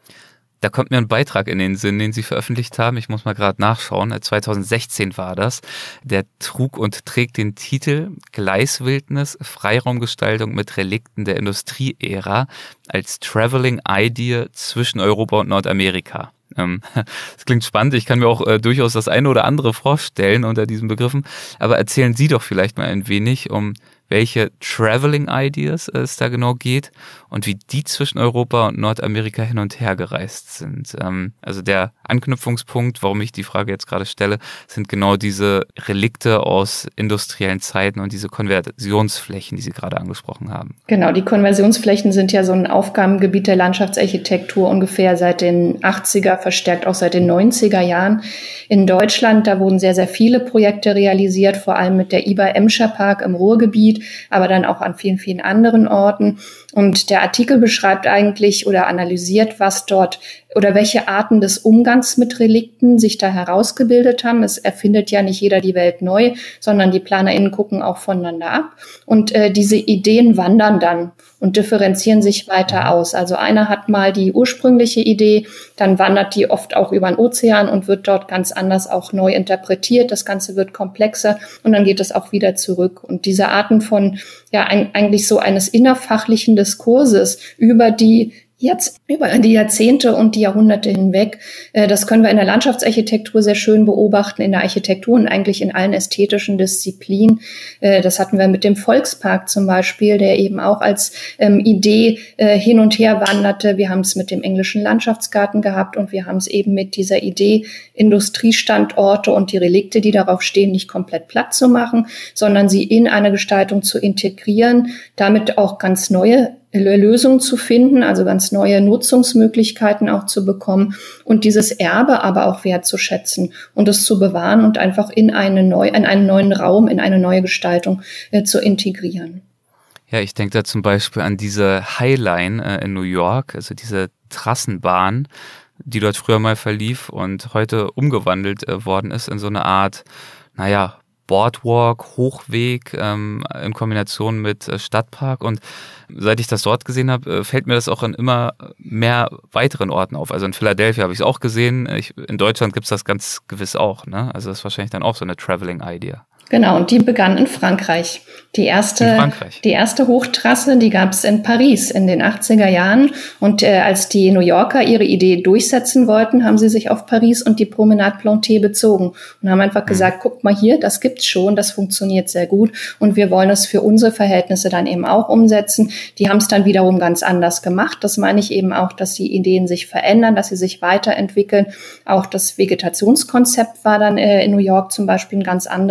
Da kommt mir ein Beitrag in den Sinn, den Sie veröffentlicht haben. Ich muss mal gerade nachschauen. zweitausendsechzehn war das. Der trug und trägt den Titel Gleiswildnis, Freiraumgestaltung mit Relikten der Industrieära als Traveling Idea zwischen Europa und Nordamerika. Ähm, das klingt spannend. Ich kann mir auch äh, durchaus das eine oder andere vorstellen unter diesen Begriffen. Aber erzählen Sie doch vielleicht mal ein wenig, um welche Traveling Ideas es da genau geht und wie die zwischen Europa und Nordamerika hin und her gereist sind. Ähm, also der Anknüpfungspunkt, warum ich die Frage jetzt gerade stelle, sind genau diese Relikte aus industriellen Zeiten und diese Konversionsflächen, die Sie gerade angesprochen haben. Genau, die Konversionsflächen sind ja so ein Aufgabengebiet der Landschaftsarchitektur ungefähr seit den achtziger, verstärkt auch seit den neunziger Jahren. In Deutschland, da wurden sehr, sehr viele Projekte realisiert, vor allem mit der I B A Emscher Park im Ruhrgebiet, aber dann auch an vielen, vielen anderen Orten. Und der Artikel beschreibt eigentlich oder analysiert, was dort oder welche Arten des Umgangs mit Relikten sich da herausgebildet haben. Es erfindet ja nicht jeder die Welt neu, sondern die PlanerInnen gucken auch voneinander ab. Und äh, diese Ideen wandern dann und differenzieren sich weiter aus. Also einer hat mal die ursprüngliche Idee, dann wandert die oft auch über den Ozean und wird dort ganz anders auch neu interpretiert. Das Ganze wird komplexer und dann geht es auch wieder zurück. Und diese Arten von, ja, ein, eigentlich so eines innerfachlichen Diskurses über die Jetzt über die Jahrzehnte und die Jahrhunderte hinweg. Das können wir in der Landschaftsarchitektur sehr schön beobachten, in der Architektur und eigentlich in allen ästhetischen Disziplinen. Das hatten wir mit dem Volkspark zum Beispiel, der eben auch als Idee hin und her wanderte. Wir haben es mit dem englischen Landschaftsgarten gehabt und wir haben es eben mit dieser Idee, Industriestandorte und die Relikte, die darauf stehen, nicht komplett platt zu machen, sondern sie in eine Gestaltung zu integrieren, damit auch ganz neue Lösungen zu finden, also ganz neue Nutzungsmöglichkeiten auch zu bekommen und dieses Erbe aber auch wertzuschätzen und es zu bewahren und einfach in eine neu, in einen neuen Raum, in eine neue Gestaltung äh, zu integrieren. Ja, ich denke da zum Beispiel an diese Highline äh, in New York, also diese Trassenbahn, die dort früher mal verlief und heute umgewandelt äh, worden ist in so eine Art, naja, Boardwalk, Hochweg ähm, in Kombination mit äh, Stadtpark und seit ich das dort gesehen habe, äh, fällt mir das auch an immer mehr weiteren Orten auf. Also in Philadelphia habe ich es auch gesehen, ich, in Deutschland gibt es das ganz gewiss auch, ne? Also das ist wahrscheinlich dann auch so eine Traveling Idea. Genau, und die begann in Frankreich. Die erste, in Frankreich. Die erste Hochtrasse, die gab es in Paris in den achtziger Jahren. Und äh, als die New Yorker ihre Idee durchsetzen wollten, haben sie sich auf Paris und die Promenade Plantée bezogen und haben einfach mhm. gesagt, guckt mal hier, das gibt's schon, das funktioniert sehr gut und wir wollen es für unsere Verhältnisse dann eben auch umsetzen. Die haben es dann wiederum ganz anders gemacht. Das meine ich eben auch, dass die Ideen sich verändern, dass sie sich weiterentwickeln. Auch das Vegetationskonzept war dann äh, in New York zum Beispiel ein ganz anderes.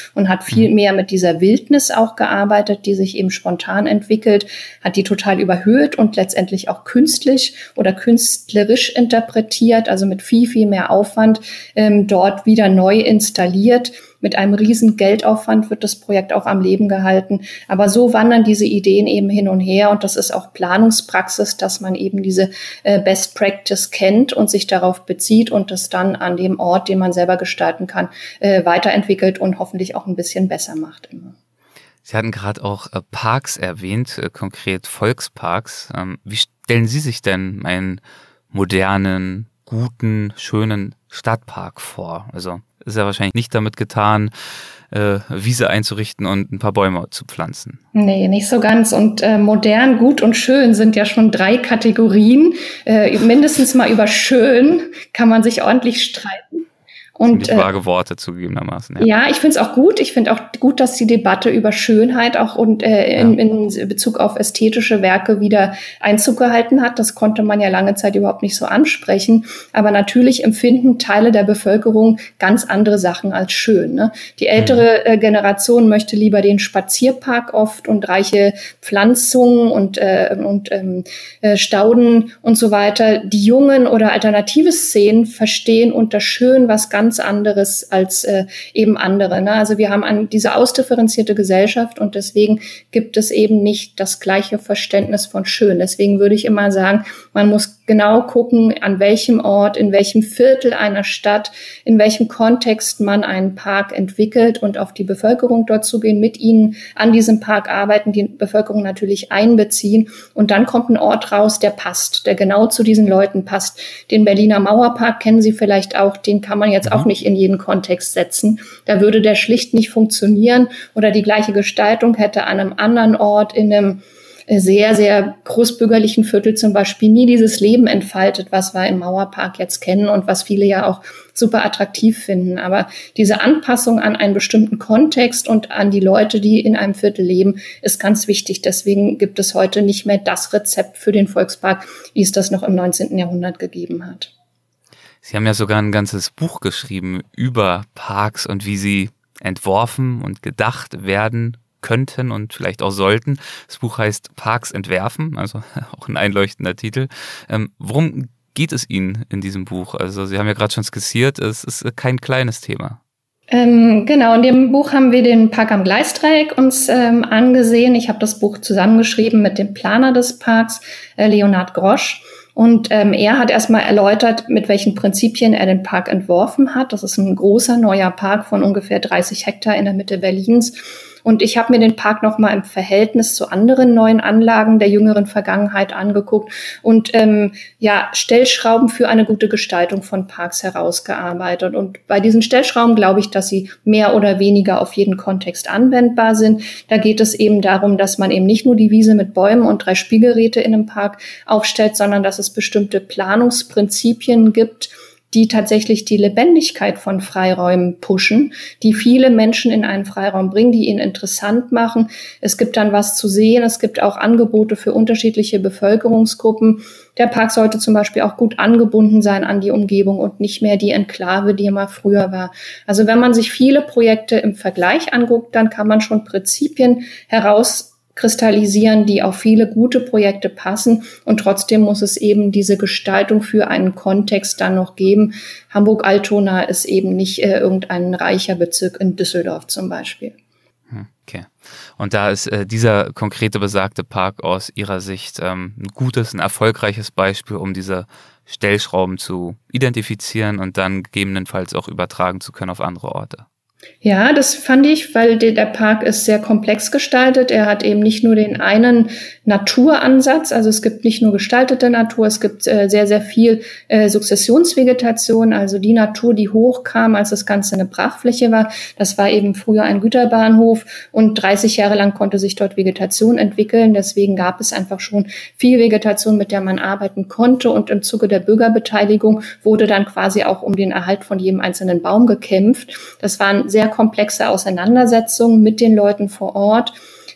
und hat viel mehr mit dieser Wildnis auch gearbeitet, die sich eben spontan entwickelt, hat die total überhöht und letztendlich auch künstlich oder künstlerisch interpretiert, also mit viel, viel mehr Aufwand ähm, dort wieder neu installiert. Mit einem riesen Geldaufwand wird das Projekt auch am Leben gehalten. Aber so wandern diese Ideen eben hin und her. Und das ist auch Planungspraxis, dass man eben diese äh, Best Practice kennt und sich darauf bezieht und das dann an dem Ort, den man selber gestalten kann, äh, weiterentwickelt und hoffentlich auch ein bisschen besser macht immer. Sie hatten gerade auch äh, Parks erwähnt, äh, konkret Volksparks. Ähm, wie stellen Sie sich denn einen modernen, guten, schönen Stadtpark vor? Also ist ja wahrscheinlich nicht damit getan, äh, Wiese einzurichten und ein paar Bäume zu pflanzen. Nee, nicht so ganz. Und äh, modern, gut und schön sind ja schon drei Kategorien. Äh, mindestens mal über schön kann man sich ordentlich streiten. Und ziemlich vage Worte zugegebenermaßen. Ja, ja ich finde es auch gut. Ich finde auch gut, dass die Debatte über Schönheit auch und äh, in, ja. in Bezug auf ästhetische Werke wieder Einzug gehalten hat. Das konnte man ja lange Zeit überhaupt nicht so ansprechen. Aber natürlich empfinden Teile der Bevölkerung ganz andere Sachen als schön. Ne? Die ältere äh, Generation möchte lieber den Spazierpark oft und reiche Pflanzungen und, äh, und ähm, äh, Stauden und so weiter. Die jungen oder alternative Szenen verstehen unter schön was ganz anderes als äh, eben andere. Ne? Also wir haben an diese ausdifferenzierte Gesellschaft und deswegen gibt es eben nicht das gleiche Verständnis von schön. Deswegen würde ich immer sagen, man muss genau gucken, an welchem Ort, in welchem Viertel einer Stadt, in welchem Kontext man einen Park entwickelt und auf die Bevölkerung dort zugehen, mit ihnen an diesem Park arbeiten, die Bevölkerung natürlich einbeziehen und dann kommt ein Ort raus, der passt, der genau zu diesen Leuten passt. Den Berliner Mauerpark kennen Sie vielleicht auch, den kann man jetzt auch nicht in jeden Kontext setzen. Da würde der schlicht nicht funktionieren oder die gleiche Gestaltung hätte an einem anderen Ort in einem sehr, sehr großbürgerlichen Viertel zum Beispiel nie dieses Leben entfaltet, was wir im Mauerpark jetzt kennen und was viele ja auch super attraktiv finden. Aber diese Anpassung an einen bestimmten Kontext und an die Leute, die in einem Viertel leben, ist ganz wichtig. Deswegen gibt es heute nicht mehr das Rezept für den Volkspark, wie es das noch im neunzehnten Jahrhundert gegeben hat. Sie haben ja sogar ein ganzes Buch geschrieben über Parks und wie sie entworfen und gedacht werden könnten und vielleicht auch sollten. Das Buch heißt Parks entwerfen, also auch ein einleuchtender Titel. Ähm, worum geht es Ihnen in diesem Buch? Also Sie haben ja gerade schon skizziert, es ist kein kleines Thema. Ähm, genau, in dem Buch haben wir den Park am Gleisdreieck uns ähm, angesehen. Ich habe das Buch zusammengeschrieben mit dem Planer des Parks, äh, Leonhard Grosch. Und ähm, er hat erstmal erläutert, mit welchen Prinzipien er den Park entworfen hat. Das ist ein großer neuer Park von ungefähr dreißig Hektar in der Mitte Berlins. Und ich habe mir den Park nochmal im Verhältnis zu anderen neuen Anlagen der jüngeren Vergangenheit angeguckt und ähm, ja Stellschrauben für eine gute Gestaltung von Parks herausgearbeitet. Und bei diesen Stellschrauben glaube ich, dass sie mehr oder weniger auf jeden Kontext anwendbar sind. Da geht es eben darum, dass man eben nicht nur die Wiese mit Bäumen und drei Spielgeräte in einem Park aufstellt, sondern dass es bestimmte Planungsprinzipien gibt, die tatsächlich die Lebendigkeit von Freiräumen pushen, die viele Menschen in einen Freiraum bringen, die ihn interessant machen. Es gibt dann was zu sehen, es gibt auch Angebote für unterschiedliche Bevölkerungsgruppen. Der Park sollte zum Beispiel auch gut angebunden sein an die Umgebung und nicht mehr die Enklave, die er mal früher war. Also wenn man sich viele Projekte im Vergleich anguckt, dann kann man schon Prinzipien heraus kristallisieren, die auf viele gute Projekte passen. Und trotzdem muss es eben diese Gestaltung für einen Kontext dann noch geben. Hamburg-Altona ist eben nicht äh, irgendein reicher Bezirk in Düsseldorf zum Beispiel. Okay. Und da ist äh, dieser konkrete besagte Park aus Ihrer Sicht ähm, ein gutes, ein erfolgreiches Beispiel, um diese Stellschrauben zu identifizieren und dann gegebenenfalls auch übertragen zu können auf andere Orte. Ja, das fand ich, weil der Park ist sehr komplex gestaltet. Er hat eben nicht nur den einen Naturansatz, also es gibt nicht nur gestaltete Natur, es gibt äh, sehr, sehr viel äh, Sukzessionsvegetation, also die Natur, die hochkam, als das Ganze eine Brachfläche war. Das war eben früher ein Güterbahnhof und dreißig Jahre lang konnte sich dort Vegetation entwickeln. Deswegen gab es einfach schon viel Vegetation, mit der man arbeiten konnte und im Zuge der Bürgerbeteiligung wurde dann quasi auch um den Erhalt von jedem einzelnen Baum gekämpft. Das waren sehr komplexe Auseinandersetzungen mit den Leuten vor Ort.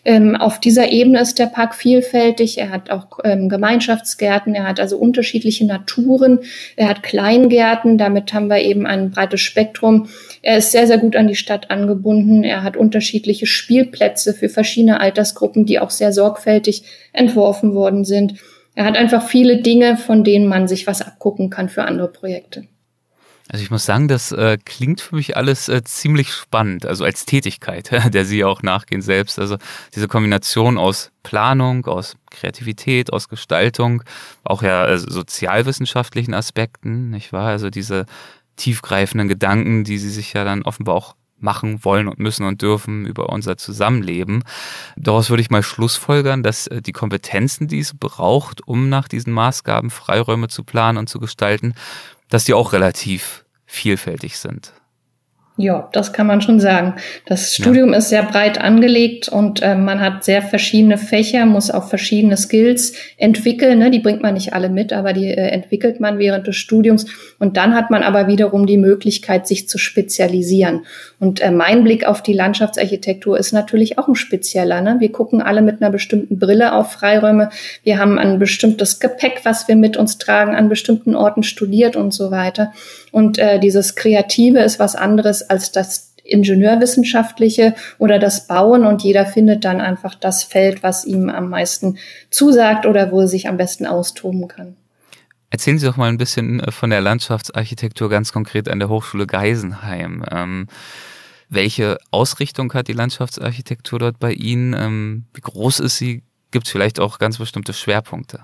Ähm, auf dieser Ebene ist der Park vielfältig. Er hat auch ähm, Gemeinschaftsgärten, er hat also unterschiedliche Naturen, er hat Kleingärten, damit haben wir eben ein breites Spektrum. Er ist sehr, sehr gut an die Stadt angebunden. Er hat unterschiedliche Spielplätze für verschiedene Altersgruppen, die auch sehr sorgfältig entworfen worden sind. Er hat einfach viele Dinge, von denen man sich was abgucken kann für andere Projekte. Also ich muss sagen, das äh, klingt für mich alles äh, ziemlich spannend, also als Tätigkeit, der Sie auch nachgehen selbst. Also diese Kombination aus Planung, aus Kreativität, aus Gestaltung, auch ja äh, sozialwissenschaftlichen Aspekten, nicht wahr? Also diese tiefgreifenden Gedanken, die Sie sich ja dann offenbar auch machen wollen und müssen und dürfen über unser Zusammenleben. Daraus würde ich mal schlussfolgern, dass äh, die Kompetenzen, die es braucht, um nach diesen Maßgaben Freiräume zu planen und zu gestalten, dass die auch relativ vielfältig sind. Ja, das kann man schon sagen. Das Studium ja. ist sehr breit angelegt und äh, man hat sehr verschiedene Fächer, muss auch verschiedene Skills entwickeln. Ne? Die bringt man nicht alle mit, aber die äh, entwickelt man während des Studiums. Und dann hat man aber wiederum die Möglichkeit, sich zu spezialisieren. Und äh, mein Blick auf die Landschaftsarchitektur ist natürlich auch ein spezieller. Ne? Wir gucken alle mit einer bestimmten Brille auf Freiräume. Wir haben ein bestimmtes Gepäck, was wir mit uns tragen, an bestimmten Orten studiert und so weiter. Und äh, dieses Kreative ist was anderes als das Ingenieurwissenschaftliche oder das Bauen. Und jeder findet dann einfach das Feld, was ihm am meisten zusagt oder wo er sich am besten austoben kann. Erzählen Sie doch mal ein bisschen von der Landschaftsarchitektur ganz konkret an der Hochschule Geisenheim. Ähm, welche Ausrichtung hat die Landschaftsarchitektur dort bei Ihnen? Ähm, wie groß ist sie? Gibt es vielleicht auch ganz bestimmte Schwerpunkte?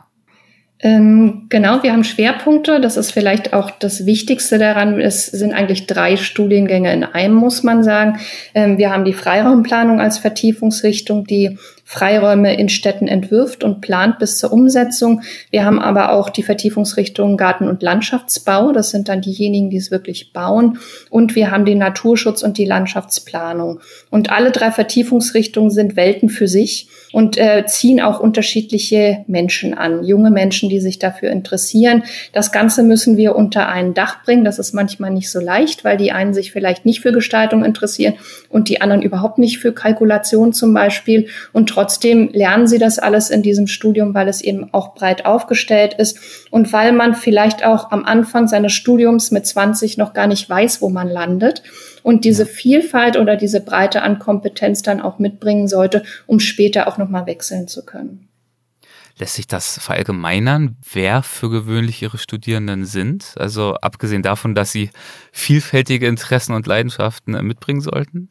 Ähm, genau, wir haben Schwerpunkte. Das ist vielleicht auch das Wichtigste daran. Es sind eigentlich drei Studiengänge in einem, muss man sagen. Ähm, wir haben die Freiraumplanung als Vertiefungsrichtung, die Freiräume in Städten entwirft und plant bis zur Umsetzung. Wir haben aber auch die Vertiefungsrichtung Garten- und Landschaftsbau. Das sind dann diejenigen, die es wirklich bauen. Und wir haben den Naturschutz und die Landschaftsplanung. Und alle drei Vertiefungsrichtungen sind Welten für sich und äh, ziehen auch unterschiedliche Menschen an, junge Menschen, die sich dafür interessieren. Das Ganze müssen wir unter ein Dach bringen. Das ist manchmal nicht so leicht, weil die einen sich vielleicht nicht für Gestaltung interessieren und die anderen überhaupt nicht für Kalkulation zum Beispiel. Und trotzdem lernen sie das alles in diesem Studium, weil es eben auch breit aufgestellt ist und weil man vielleicht auch am Anfang seines Studiums mit zwanzig noch gar nicht weiß, wo man landet und diese Vielfalt oder diese Breite an Kompetenz dann auch mitbringen sollte, um später auch nochmal wechseln zu können. Lässt sich das verallgemeinern, wer für gewöhnlich Ihre Studierenden sind? Also abgesehen davon, dass sie vielfältige Interessen und Leidenschaften mitbringen sollten?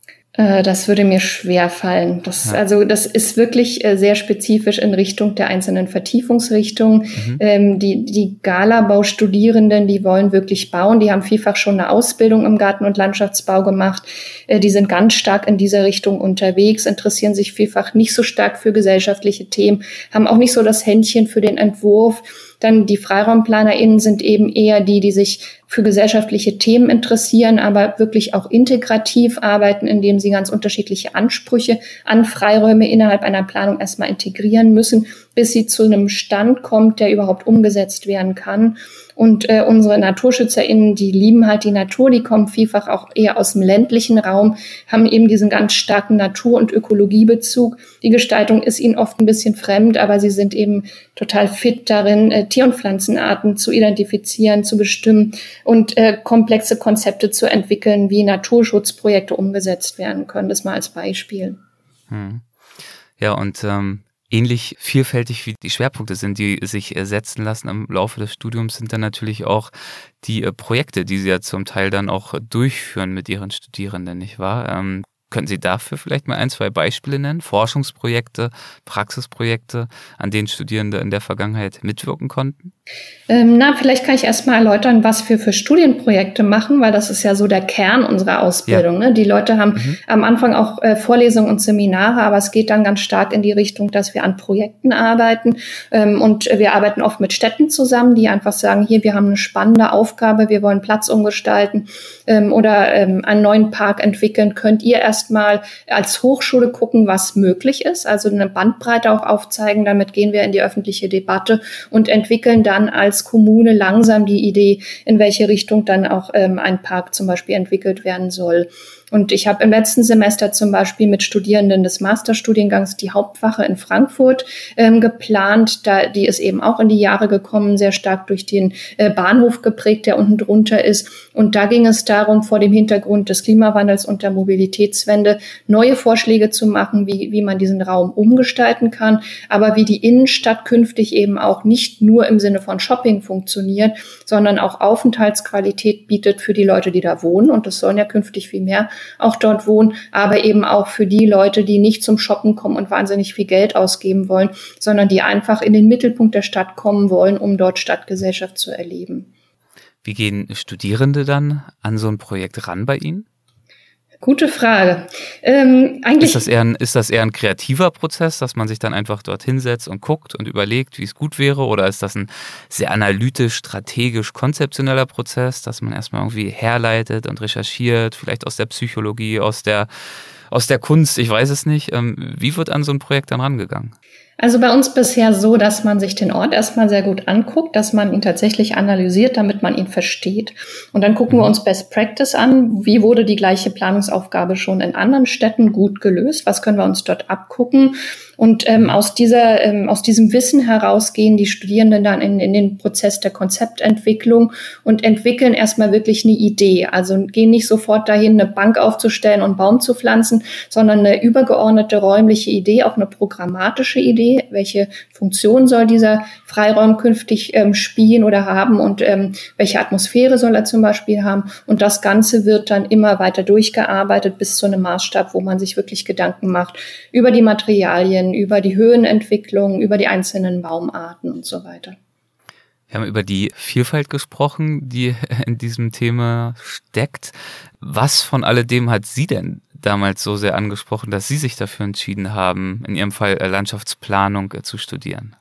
Das würde mir schwer fallen. Das, ja. Also das ist wirklich sehr spezifisch in Richtung der einzelnen Vertiefungsrichtungen. Mhm. Ähm, die, die Galabau-Studierenden, die wollen wirklich bauen. Die haben vielfach schon eine Ausbildung im Garten- und Landschaftsbau gemacht. Äh, die sind ganz stark in dieser Richtung unterwegs, interessieren sich vielfach nicht so stark für gesellschaftliche Themen, haben auch nicht so das Händchen für den Entwurf. Dann die FreiraumplanerInnen sind eben eher die, die sich für gesellschaftliche Themen interessieren, aber wirklich auch integrativ arbeiten, indem sie ganz unterschiedliche Ansprüche an Freiräume innerhalb einer Planung erstmal integrieren müssen, bis sie zu einem Stand kommt, der überhaupt umgesetzt werden kann. Und äh, unsere NaturschützerInnen, die lieben halt die Natur, die kommen vielfach auch eher aus dem ländlichen Raum, haben eben diesen ganz starken Natur- und Ökologiebezug. Die Gestaltung ist ihnen oft ein bisschen fremd, aber sie sind eben total fit darin, äh, Tier- und Pflanzenarten zu identifizieren, zu bestimmen und äh, komplexe Konzepte zu entwickeln, wie Naturschutzprojekte umgesetzt werden können. Das mal als Beispiel. Hm. Ja, und ähm ähnlich vielfältig wie die Schwerpunkte sind, die sich setzen lassen im Laufe des Studiums, sind dann natürlich auch die Projekte, die Sie ja zum Teil dann auch durchführen mit Ihren Studierenden, nicht wahr? Ähm, können Sie dafür vielleicht mal ein, zwei Beispiele nennen? Forschungsprojekte, Praxisprojekte, an denen Studierende in der Vergangenheit mitwirken konnten? Ähm, na, vielleicht kann ich erst mal erläutern, was wir für Studienprojekte machen, weil das ist ja so der Kern unserer Ausbildung. Ja. Ne? Die Leute haben mhm. am Anfang auch äh, Vorlesungen und Seminare, aber es geht dann ganz stark in die Richtung, dass wir an Projekten arbeiten. Ähm, und wir arbeiten oft mit Städten zusammen, die einfach sagen, hier, wir haben eine spannende Aufgabe, wir wollen Platz umgestalten ähm, oder ähm, einen neuen Park entwickeln. Könnt ihr erstmal als Hochschule gucken, was möglich ist, also eine Bandbreite auch aufzeigen. Damit gehen wir in die öffentliche Debatte und entwickeln dann als Kommune langsam die Idee, in welche Richtung dann auch ähm, ein Park zum Beispiel entwickelt werden soll. Und ich habe im letzten Semester zum Beispiel mit Studierenden des Masterstudiengangs die Hauptwache in Frankfurt ähm, geplant. Da, die ist eben auch in die Jahre gekommen, sehr stark durch den äh, Bahnhof geprägt, der unten drunter ist. Und da ging es darum, vor dem Hintergrund des Klimawandels und der Mobilitätswende neue Vorschläge zu machen, wie, wie man diesen Raum umgestalten kann, aber wie die Innenstadt künftig eben auch nicht nur im Sinne von Shopping funktioniert, sondern auch Aufenthaltsqualität bietet für die Leute, die da wohnen. Und es sollen ja künftig viel mehr auch dort wohnen, aber eben auch für die Leute, die nicht zum Shoppen kommen und wahnsinnig viel Geld ausgeben wollen, sondern die einfach in den Mittelpunkt der Stadt kommen wollen, um dort Stadtgesellschaft zu erleben. Wie gehen Studierende dann an so ein Projekt ran bei Ihnen? Gute Frage. Ähm, eigentlich ist das eher ein, ist das eher ein kreativer Prozess, dass man sich dann einfach dort hinsetzt und guckt und überlegt, wie es gut wäre? Oder ist das ein sehr analytisch, strategisch, konzeptioneller Prozess, dass man erstmal irgendwie herleitet und recherchiert, vielleicht aus der Psychologie, aus der, aus der Kunst, ich weiß es nicht. Wie wird an so ein Projekt dann rangegangen? Also bei uns bisher so, dass man sich den Ort erstmal sehr gut anguckt, dass man ihn tatsächlich analysiert, damit man ihn versteht. Und dann gucken wir uns Best Practice an. Wie wurde die gleiche Planungsaufgabe schon in anderen Städten gut gelöst? Was können wir uns dort abgucken? Und ähm, aus dieser, ähm, aus diesem Wissen heraus gehen die Studierenden dann in, in den Prozess der Konzeptentwicklung und entwickeln erstmal wirklich eine Idee. Also gehen nicht sofort dahin, eine Bank aufzustellen und einen Baum zu pflanzen, sondern eine übergeordnete räumliche Idee, auch eine programmatische Idee. Welche Funktion soll dieser Freiraum künftig ähm, spielen oder haben und ähm, welche Atmosphäre soll er zum Beispiel haben? Und das Ganze wird dann immer weiter durchgearbeitet bis zu einem Maßstab, wo man sich wirklich Gedanken macht über die Materialien, über die Höhenentwicklung, über die einzelnen Baumarten und so weiter. Wir haben über die Vielfalt gesprochen, die in diesem Thema steckt. Was von alledem hat Sie denn damals so sehr angesprochen, dass Sie sich dafür entschieden haben, in Ihrem Fall Landschaftsplanung zu studieren?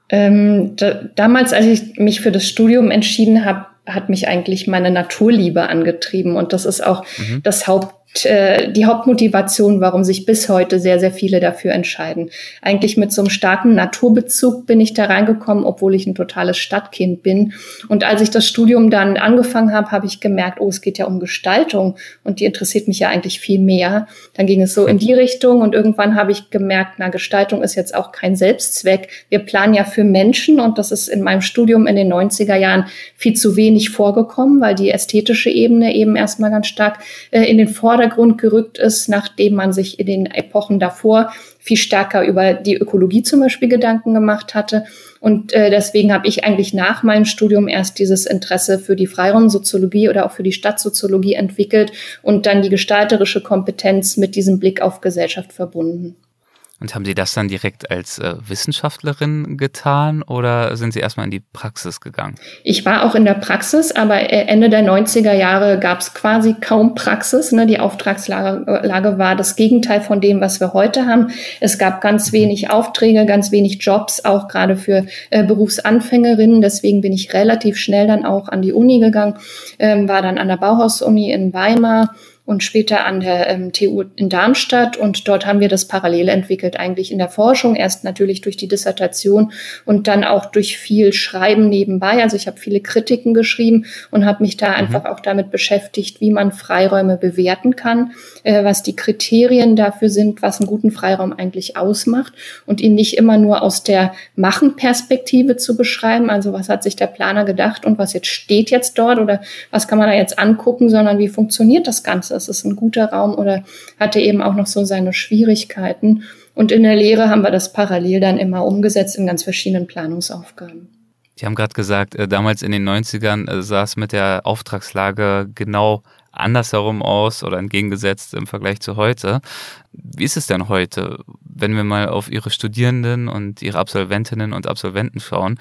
Ähm, da, damals, als ich mich für das Studium entschieden habe, hat mich eigentlich meine Naturliebe angetrieben. Und das ist auch mhm. das Haupt die Hauptmotivation, warum sich bis heute sehr, sehr viele dafür entscheiden. Eigentlich mit so einem starken Naturbezug bin ich da reingekommen, obwohl ich ein totales Stadtkind bin. Und als ich das Studium dann angefangen habe, habe ich gemerkt, oh, es geht ja um Gestaltung und die interessiert mich ja eigentlich viel mehr. Dann ging es so in die Richtung und irgendwann habe ich gemerkt, na, Gestaltung ist jetzt auch kein Selbstzweck. Wir planen ja für Menschen und das ist in meinem Studium in den neunziger Jahren viel zu wenig vorgekommen, weil die ästhetische Ebene eben erstmal ganz stark äh, in den Vordergrund gerückt ist, nachdem man sich in den Epochen davor viel stärker über die Ökologie zum Beispiel Gedanken gemacht hatte. Und äh, deswegen habe ich eigentlich nach meinem Studium erst dieses Interesse für die Freiraumsoziologie oder auch für die Stadtsoziologie entwickelt und dann die gestalterische Kompetenz mit diesem Blick auf Gesellschaft verbunden. Und haben Sie das dann direkt als äh, Wissenschaftlerin getan oder sind Sie erstmal in die Praxis gegangen? Ich war auch in der Praxis, aber Ende der neunziger Jahre gab es quasi kaum Praxis. Ne? Die Auftragslage Lage war das Gegenteil von dem, was wir heute haben. Es gab ganz wenig Aufträge, ganz wenig Jobs, auch gerade für äh, Berufsanfängerinnen. Deswegen bin ich relativ schnell dann auch an die Uni gegangen, ähm, war dann an der Bauhaus-Uni in Weimar und später an der ähm, T U in Darmstadt. Und dort haben wir das parallel entwickelt, eigentlich in der Forschung, erst natürlich durch die Dissertation und dann auch durch viel Schreiben nebenbei. Also ich habe viele Kritiken geschrieben und habe mich da mhm. einfach auch damit beschäftigt, wie man Freiräume bewerten kann, äh, was die Kriterien dafür sind, was einen guten Freiraum eigentlich ausmacht und ihn nicht immer nur aus der Machen-Perspektive zu beschreiben, also was hat sich der Planer gedacht und was jetzt steht jetzt dort oder was kann man da jetzt angucken, sondern wie funktioniert das Ganze? Ist es ein guter Raum oder hat er eben auch noch so seine Schwierigkeiten? Und in der Lehre haben wir das parallel dann immer umgesetzt in ganz verschiedenen Planungsaufgaben. Sie haben gerade gesagt, äh, damals in den neunzigern äh, sah es mit der Auftragslage genau andersherum aus oder entgegengesetzt im Vergleich zu heute. Wie ist es denn heute, wenn wir mal auf Ihre Studierenden und Ihre Absolventinnen und Absolventen schauen?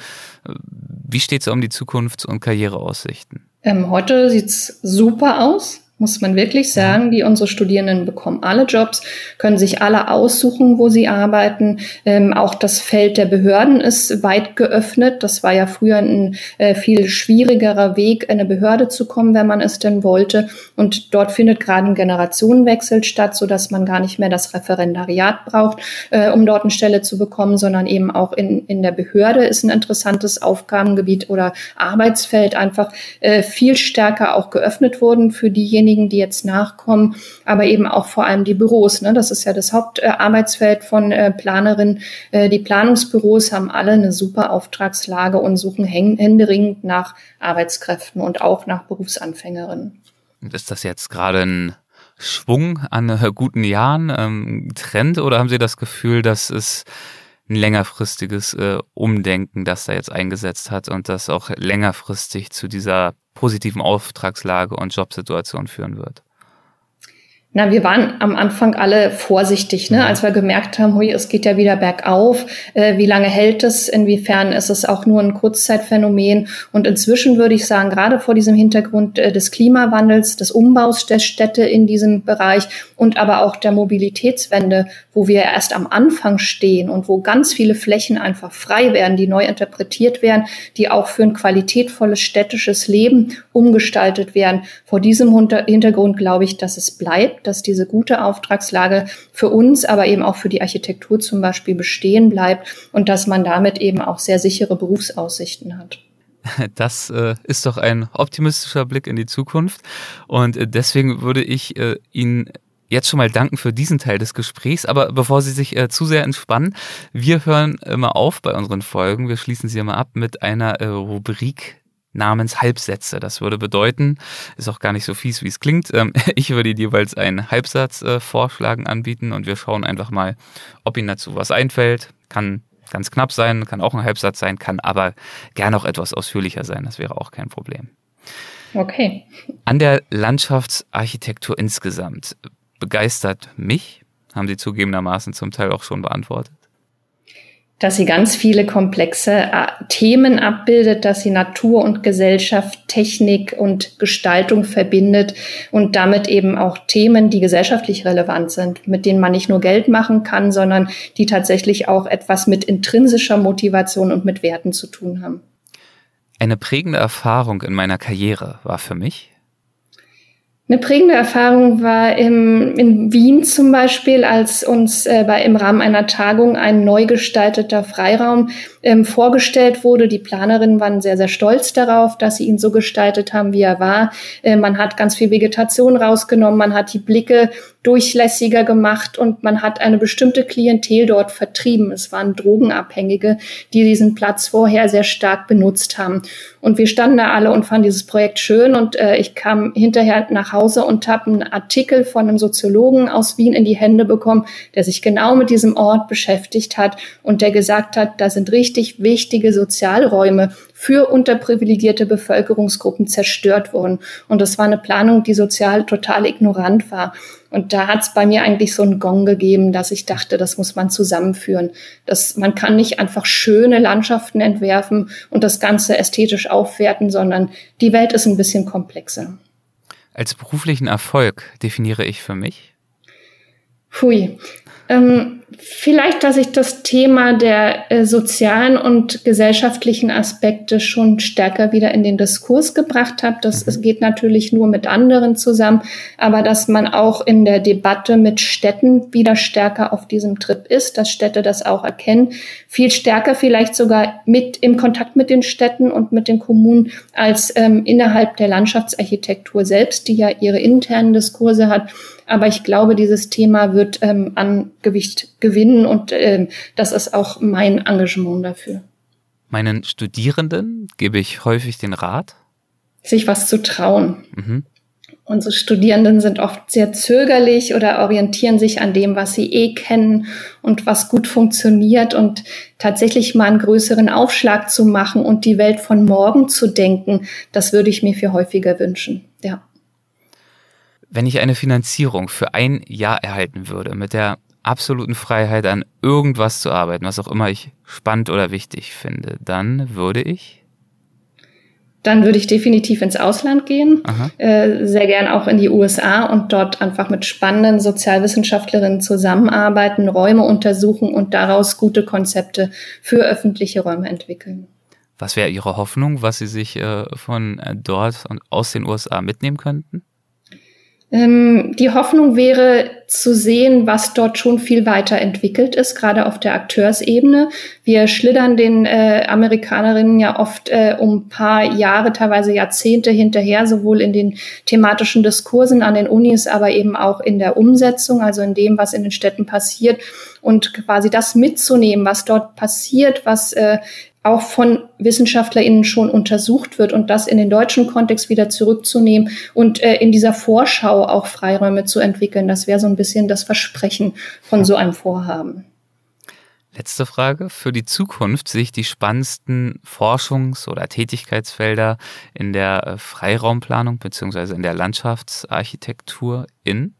Wie steht es um die Zukunfts- und Karriereaussichten? Ähm, heute sieht's super aus. Muss man wirklich sagen, die unsere Studierenden bekommen alle Jobs, können sich alle aussuchen, wo sie arbeiten. Ähm, auch das Feld der Behörden ist weit geöffnet. Das war ja früher ein äh, viel schwierigerer Weg, in eine Behörde zu kommen, wenn man es denn wollte. Und dort findet gerade ein Generationenwechsel statt, sodass man gar nicht mehr das Referendariat braucht, äh, um dort eine Stelle zu bekommen, sondern eben auch in, in der Behörde ist ein interessantes Aufgabengebiet oder Arbeitsfeld einfach äh, viel stärker auch geöffnet worden für diejenigen, diejenigen, die jetzt nachkommen, aber eben auch vor allem die Büros. Ne? Das ist ja das Hauptarbeitsfeld von äh, Planerinnen. Äh, die Planungsbüros haben alle eine super Auftragslage und suchen händeringend nach Arbeitskräften und auch nach Berufsanfängerinnen. Ist das jetzt gerade ein Schwung an äh, guten Jahren, ähm, Trend, oder haben Sie das Gefühl, dass es ein längerfristiges äh, Umdenken, das da jetzt eingesetzt hat und das auch längerfristig zu dieser positiven Auftragslage und Jobsituation führen wird? Na, wir waren am Anfang alle vorsichtig, ne, als wir gemerkt haben, hui, es geht ja wieder bergauf. Äh, wie lange hält es? Inwiefern ist es auch nur ein Kurzzeitphänomen? Und inzwischen würde ich sagen, gerade vor diesem Hintergrund äh, des Klimawandels, des Umbaus der Städte in diesem Bereich und aber auch der Mobilitätswende, wo wir erst am Anfang stehen und wo ganz viele Flächen einfach frei werden, die neu interpretiert werden, die auch für ein qualitätvolles städtisches Leben umgestaltet werden. Vor diesem Hintergrund glaube ich, dass es bleibt, dass diese gute Auftragslage für uns, aber eben auch für die Architektur zum Beispiel bestehen bleibt und dass man damit eben auch sehr sichere Berufsaussichten hat. Das äh, ist doch ein optimistischer Blick in die Zukunft und äh, deswegen würde ich äh, Ihnen jetzt schon mal danken für diesen Teil des Gesprächs, aber bevor Sie sich äh, zu sehr entspannen, wir hören immer auf bei unseren Folgen, wir schließen sie immer ab mit einer äh, Rubrik namens Halbsätze. Das würde bedeuten, ist auch gar nicht so fies, wie es klingt, ähm, ich würde Ihnen jeweils einen Halbsatz äh, vorschlagen, anbieten und wir schauen einfach mal, ob Ihnen dazu was einfällt. Kann ganz knapp sein, kann auch ein Halbsatz sein, kann aber gerne auch etwas ausführlicher sein, das wäre auch kein Problem. Okay. An der Landschaftsarchitektur insgesamt begeistert mich, haben Sie zugegebenermaßen zum Teil auch schon beantwortet, dass sie ganz viele komplexe äh, Themen abbildet, dass sie Natur und Gesellschaft, Technik und Gestaltung verbindet und damit eben auch Themen, die gesellschaftlich relevant sind, mit denen man nicht nur Geld machen kann, sondern die tatsächlich auch etwas mit intrinsischer Motivation und mit Werten zu tun haben. Eine prägende Erfahrung in meiner Karriere war für mich Eine prägende Erfahrung war im, in Wien zum Beispiel, als uns äh, bei, im Rahmen einer Tagung ein neu gestalteter Freiraum ähm, vorgestellt wurde. Die Planerinnen waren sehr, sehr stolz darauf, dass sie ihn so gestaltet haben, wie er war. Äh, man hat ganz viel Vegetation rausgenommen, man hat die Blicke durchlässiger gemacht und man hat eine bestimmte Klientel dort vertrieben. Es waren Drogenabhängige, die diesen Platz vorher sehr stark benutzt haben. Und wir standen da alle und fanden dieses Projekt schön und äh, ich kam hinterher nach Hause und habe einen Artikel von einem Soziologen aus Wien in die Hände bekommen, der sich genau mit diesem Ort beschäftigt hat und der gesagt hat, da sind richtig wichtige Sozialräume für unterprivilegierte Bevölkerungsgruppen zerstört worden. Und das war eine Planung, die sozial total ignorant war. Und da hat es bei mir eigentlich so einen Gong gegeben, dass ich dachte, das muss man zusammenführen. Das, man kann nicht einfach schöne Landschaften entwerfen und das Ganze ästhetisch aufwerten, sondern die Welt ist ein bisschen komplexer. Als beruflichen Erfolg definiere ich für mich? Hui. Ähm, vielleicht, dass ich das Thema der äh, sozialen und gesellschaftlichen Aspekte schon stärker wieder in den Diskurs gebracht habe. Das es geht natürlich nur mit anderen zusammen, aber dass man auch in der Debatte mit Städten wieder stärker auf diesem Trip ist, dass Städte das auch erkennen. Viel stärker vielleicht sogar mit im Kontakt mit den Städten und mit den Kommunen als ähm, innerhalb der Landschaftsarchitektur selbst, die ja ihre internen Diskurse hat. Aber ich glaube, dieses Thema wird ähm, an Gewicht gewinnen und ähm, das ist auch mein Engagement dafür. Meinen Studierenden gebe ich häufig den Rat, sich was zu trauen. Mhm. Unsere Studierenden sind oft sehr zögerlich oder orientieren sich an dem, was sie eh kennen und was gut funktioniert und tatsächlich mal einen größeren Aufschlag zu machen und die Welt von morgen zu denken, das würde ich mir für häufiger wünschen, ja. Wenn ich eine Finanzierung für ein Jahr erhalten würde, mit der absoluten Freiheit an irgendwas zu arbeiten, was auch immer ich spannend oder wichtig finde, dann würde ich? Dann würde ich definitiv ins Ausland gehen, äh, sehr gern auch in die U S A und dort einfach mit spannenden Sozialwissenschaftlerinnen zusammenarbeiten, Räume untersuchen und daraus gute Konzepte für öffentliche Räume entwickeln. Was wäre Ihre Hoffnung, was Sie sich äh, von dort und aus den U S A mitnehmen könnten? Ähm, die Hoffnung wäre zu sehen, was dort schon viel weiter entwickelt ist, gerade auf der Akteursebene. Wir schlittern den äh, Amerikanerinnen ja oft äh, um ein paar Jahre, teilweise Jahrzehnte hinterher, sowohl in den thematischen Diskursen an den Unis, aber eben auch in der Umsetzung, also in dem, was in den Städten passiert. Und quasi das mitzunehmen, was dort passiert, was äh, auch von WissenschaftlerInnen schon untersucht wird und das in den deutschen Kontext wieder zurückzunehmen und äh, in dieser Vorschau auch Freiräume zu entwickeln. Das wäre so ein bisschen das Versprechen von so einem Vorhaben. Letzte Frage. Für die Zukunft sehe ich die spannendsten Forschungs- oder Tätigkeitsfelder in der äh, Freiraumplanung bzw. in der Landschaftsarchitektur in?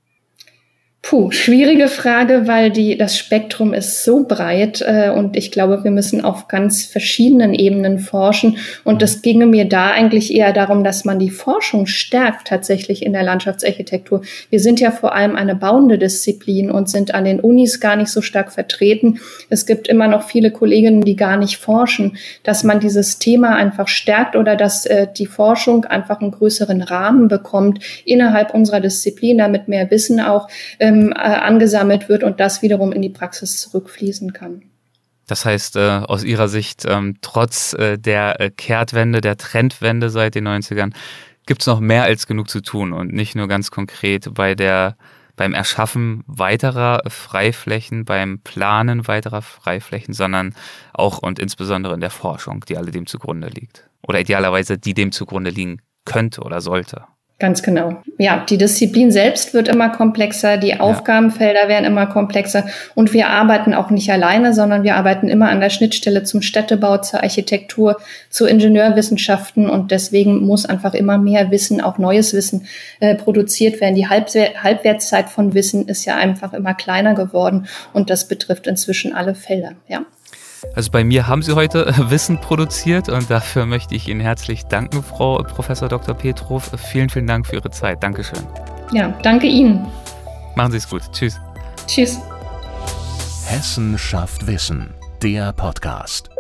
Puh, schwierige Frage, weil die, das Spektrum ist so breit äh, und ich glaube, wir müssen auf ganz verschiedenen Ebenen forschen und es ginge mir da eigentlich eher darum, dass man die Forschung stärkt tatsächlich in der Landschaftsarchitektur. Wir sind ja vor allem eine bauende Disziplin und sind an den Unis gar nicht so stark vertreten. Es gibt immer noch viele Kolleginnen, die gar nicht forschen, dass man dieses Thema einfach stärkt oder dass äh, die Forschung einfach einen größeren Rahmen bekommt innerhalb unserer Disziplin, damit mehr Wissen auch äh, Ähm, äh, angesammelt wird und das wiederum in die Praxis zurückfließen kann. Das heißt, äh, aus Ihrer Sicht, ähm, trotz äh, der äh, Kehrtwende, der Trendwende seit den neunzigern, gibt es noch mehr als genug zu tun und nicht nur ganz konkret bei der, beim Erschaffen weiterer Freiflächen, beim Planen weiterer Freiflächen, sondern auch und insbesondere in der Forschung, die alle dem zugrunde liegt. Oder idealerweise, die dem zugrunde liegen könnte oder sollte. Ganz genau. Ja, die Disziplin selbst wird immer komplexer, die Aufgabenfelder werden immer komplexer und wir arbeiten auch nicht alleine, sondern wir arbeiten immer an der Schnittstelle zum Städtebau, zur Architektur, zu Ingenieurwissenschaften und deswegen muss einfach immer mehr Wissen, auch neues Wissen äh, produziert werden. Die Halbwer- Halbwertszeit von Wissen ist ja einfach immer kleiner geworden und das betrifft inzwischen alle Felder, ja. Also bei mir haben Sie heute Wissen produziert und dafür möchte ich Ihnen herzlich danken, Frau Professor Doktor Petrow. Vielen, vielen Dank für Ihre Zeit. Dankeschön. Ja, danke Ihnen. Machen Sie es gut. Tschüss. Tschüss. Hessen schafft Wissen, der Podcast.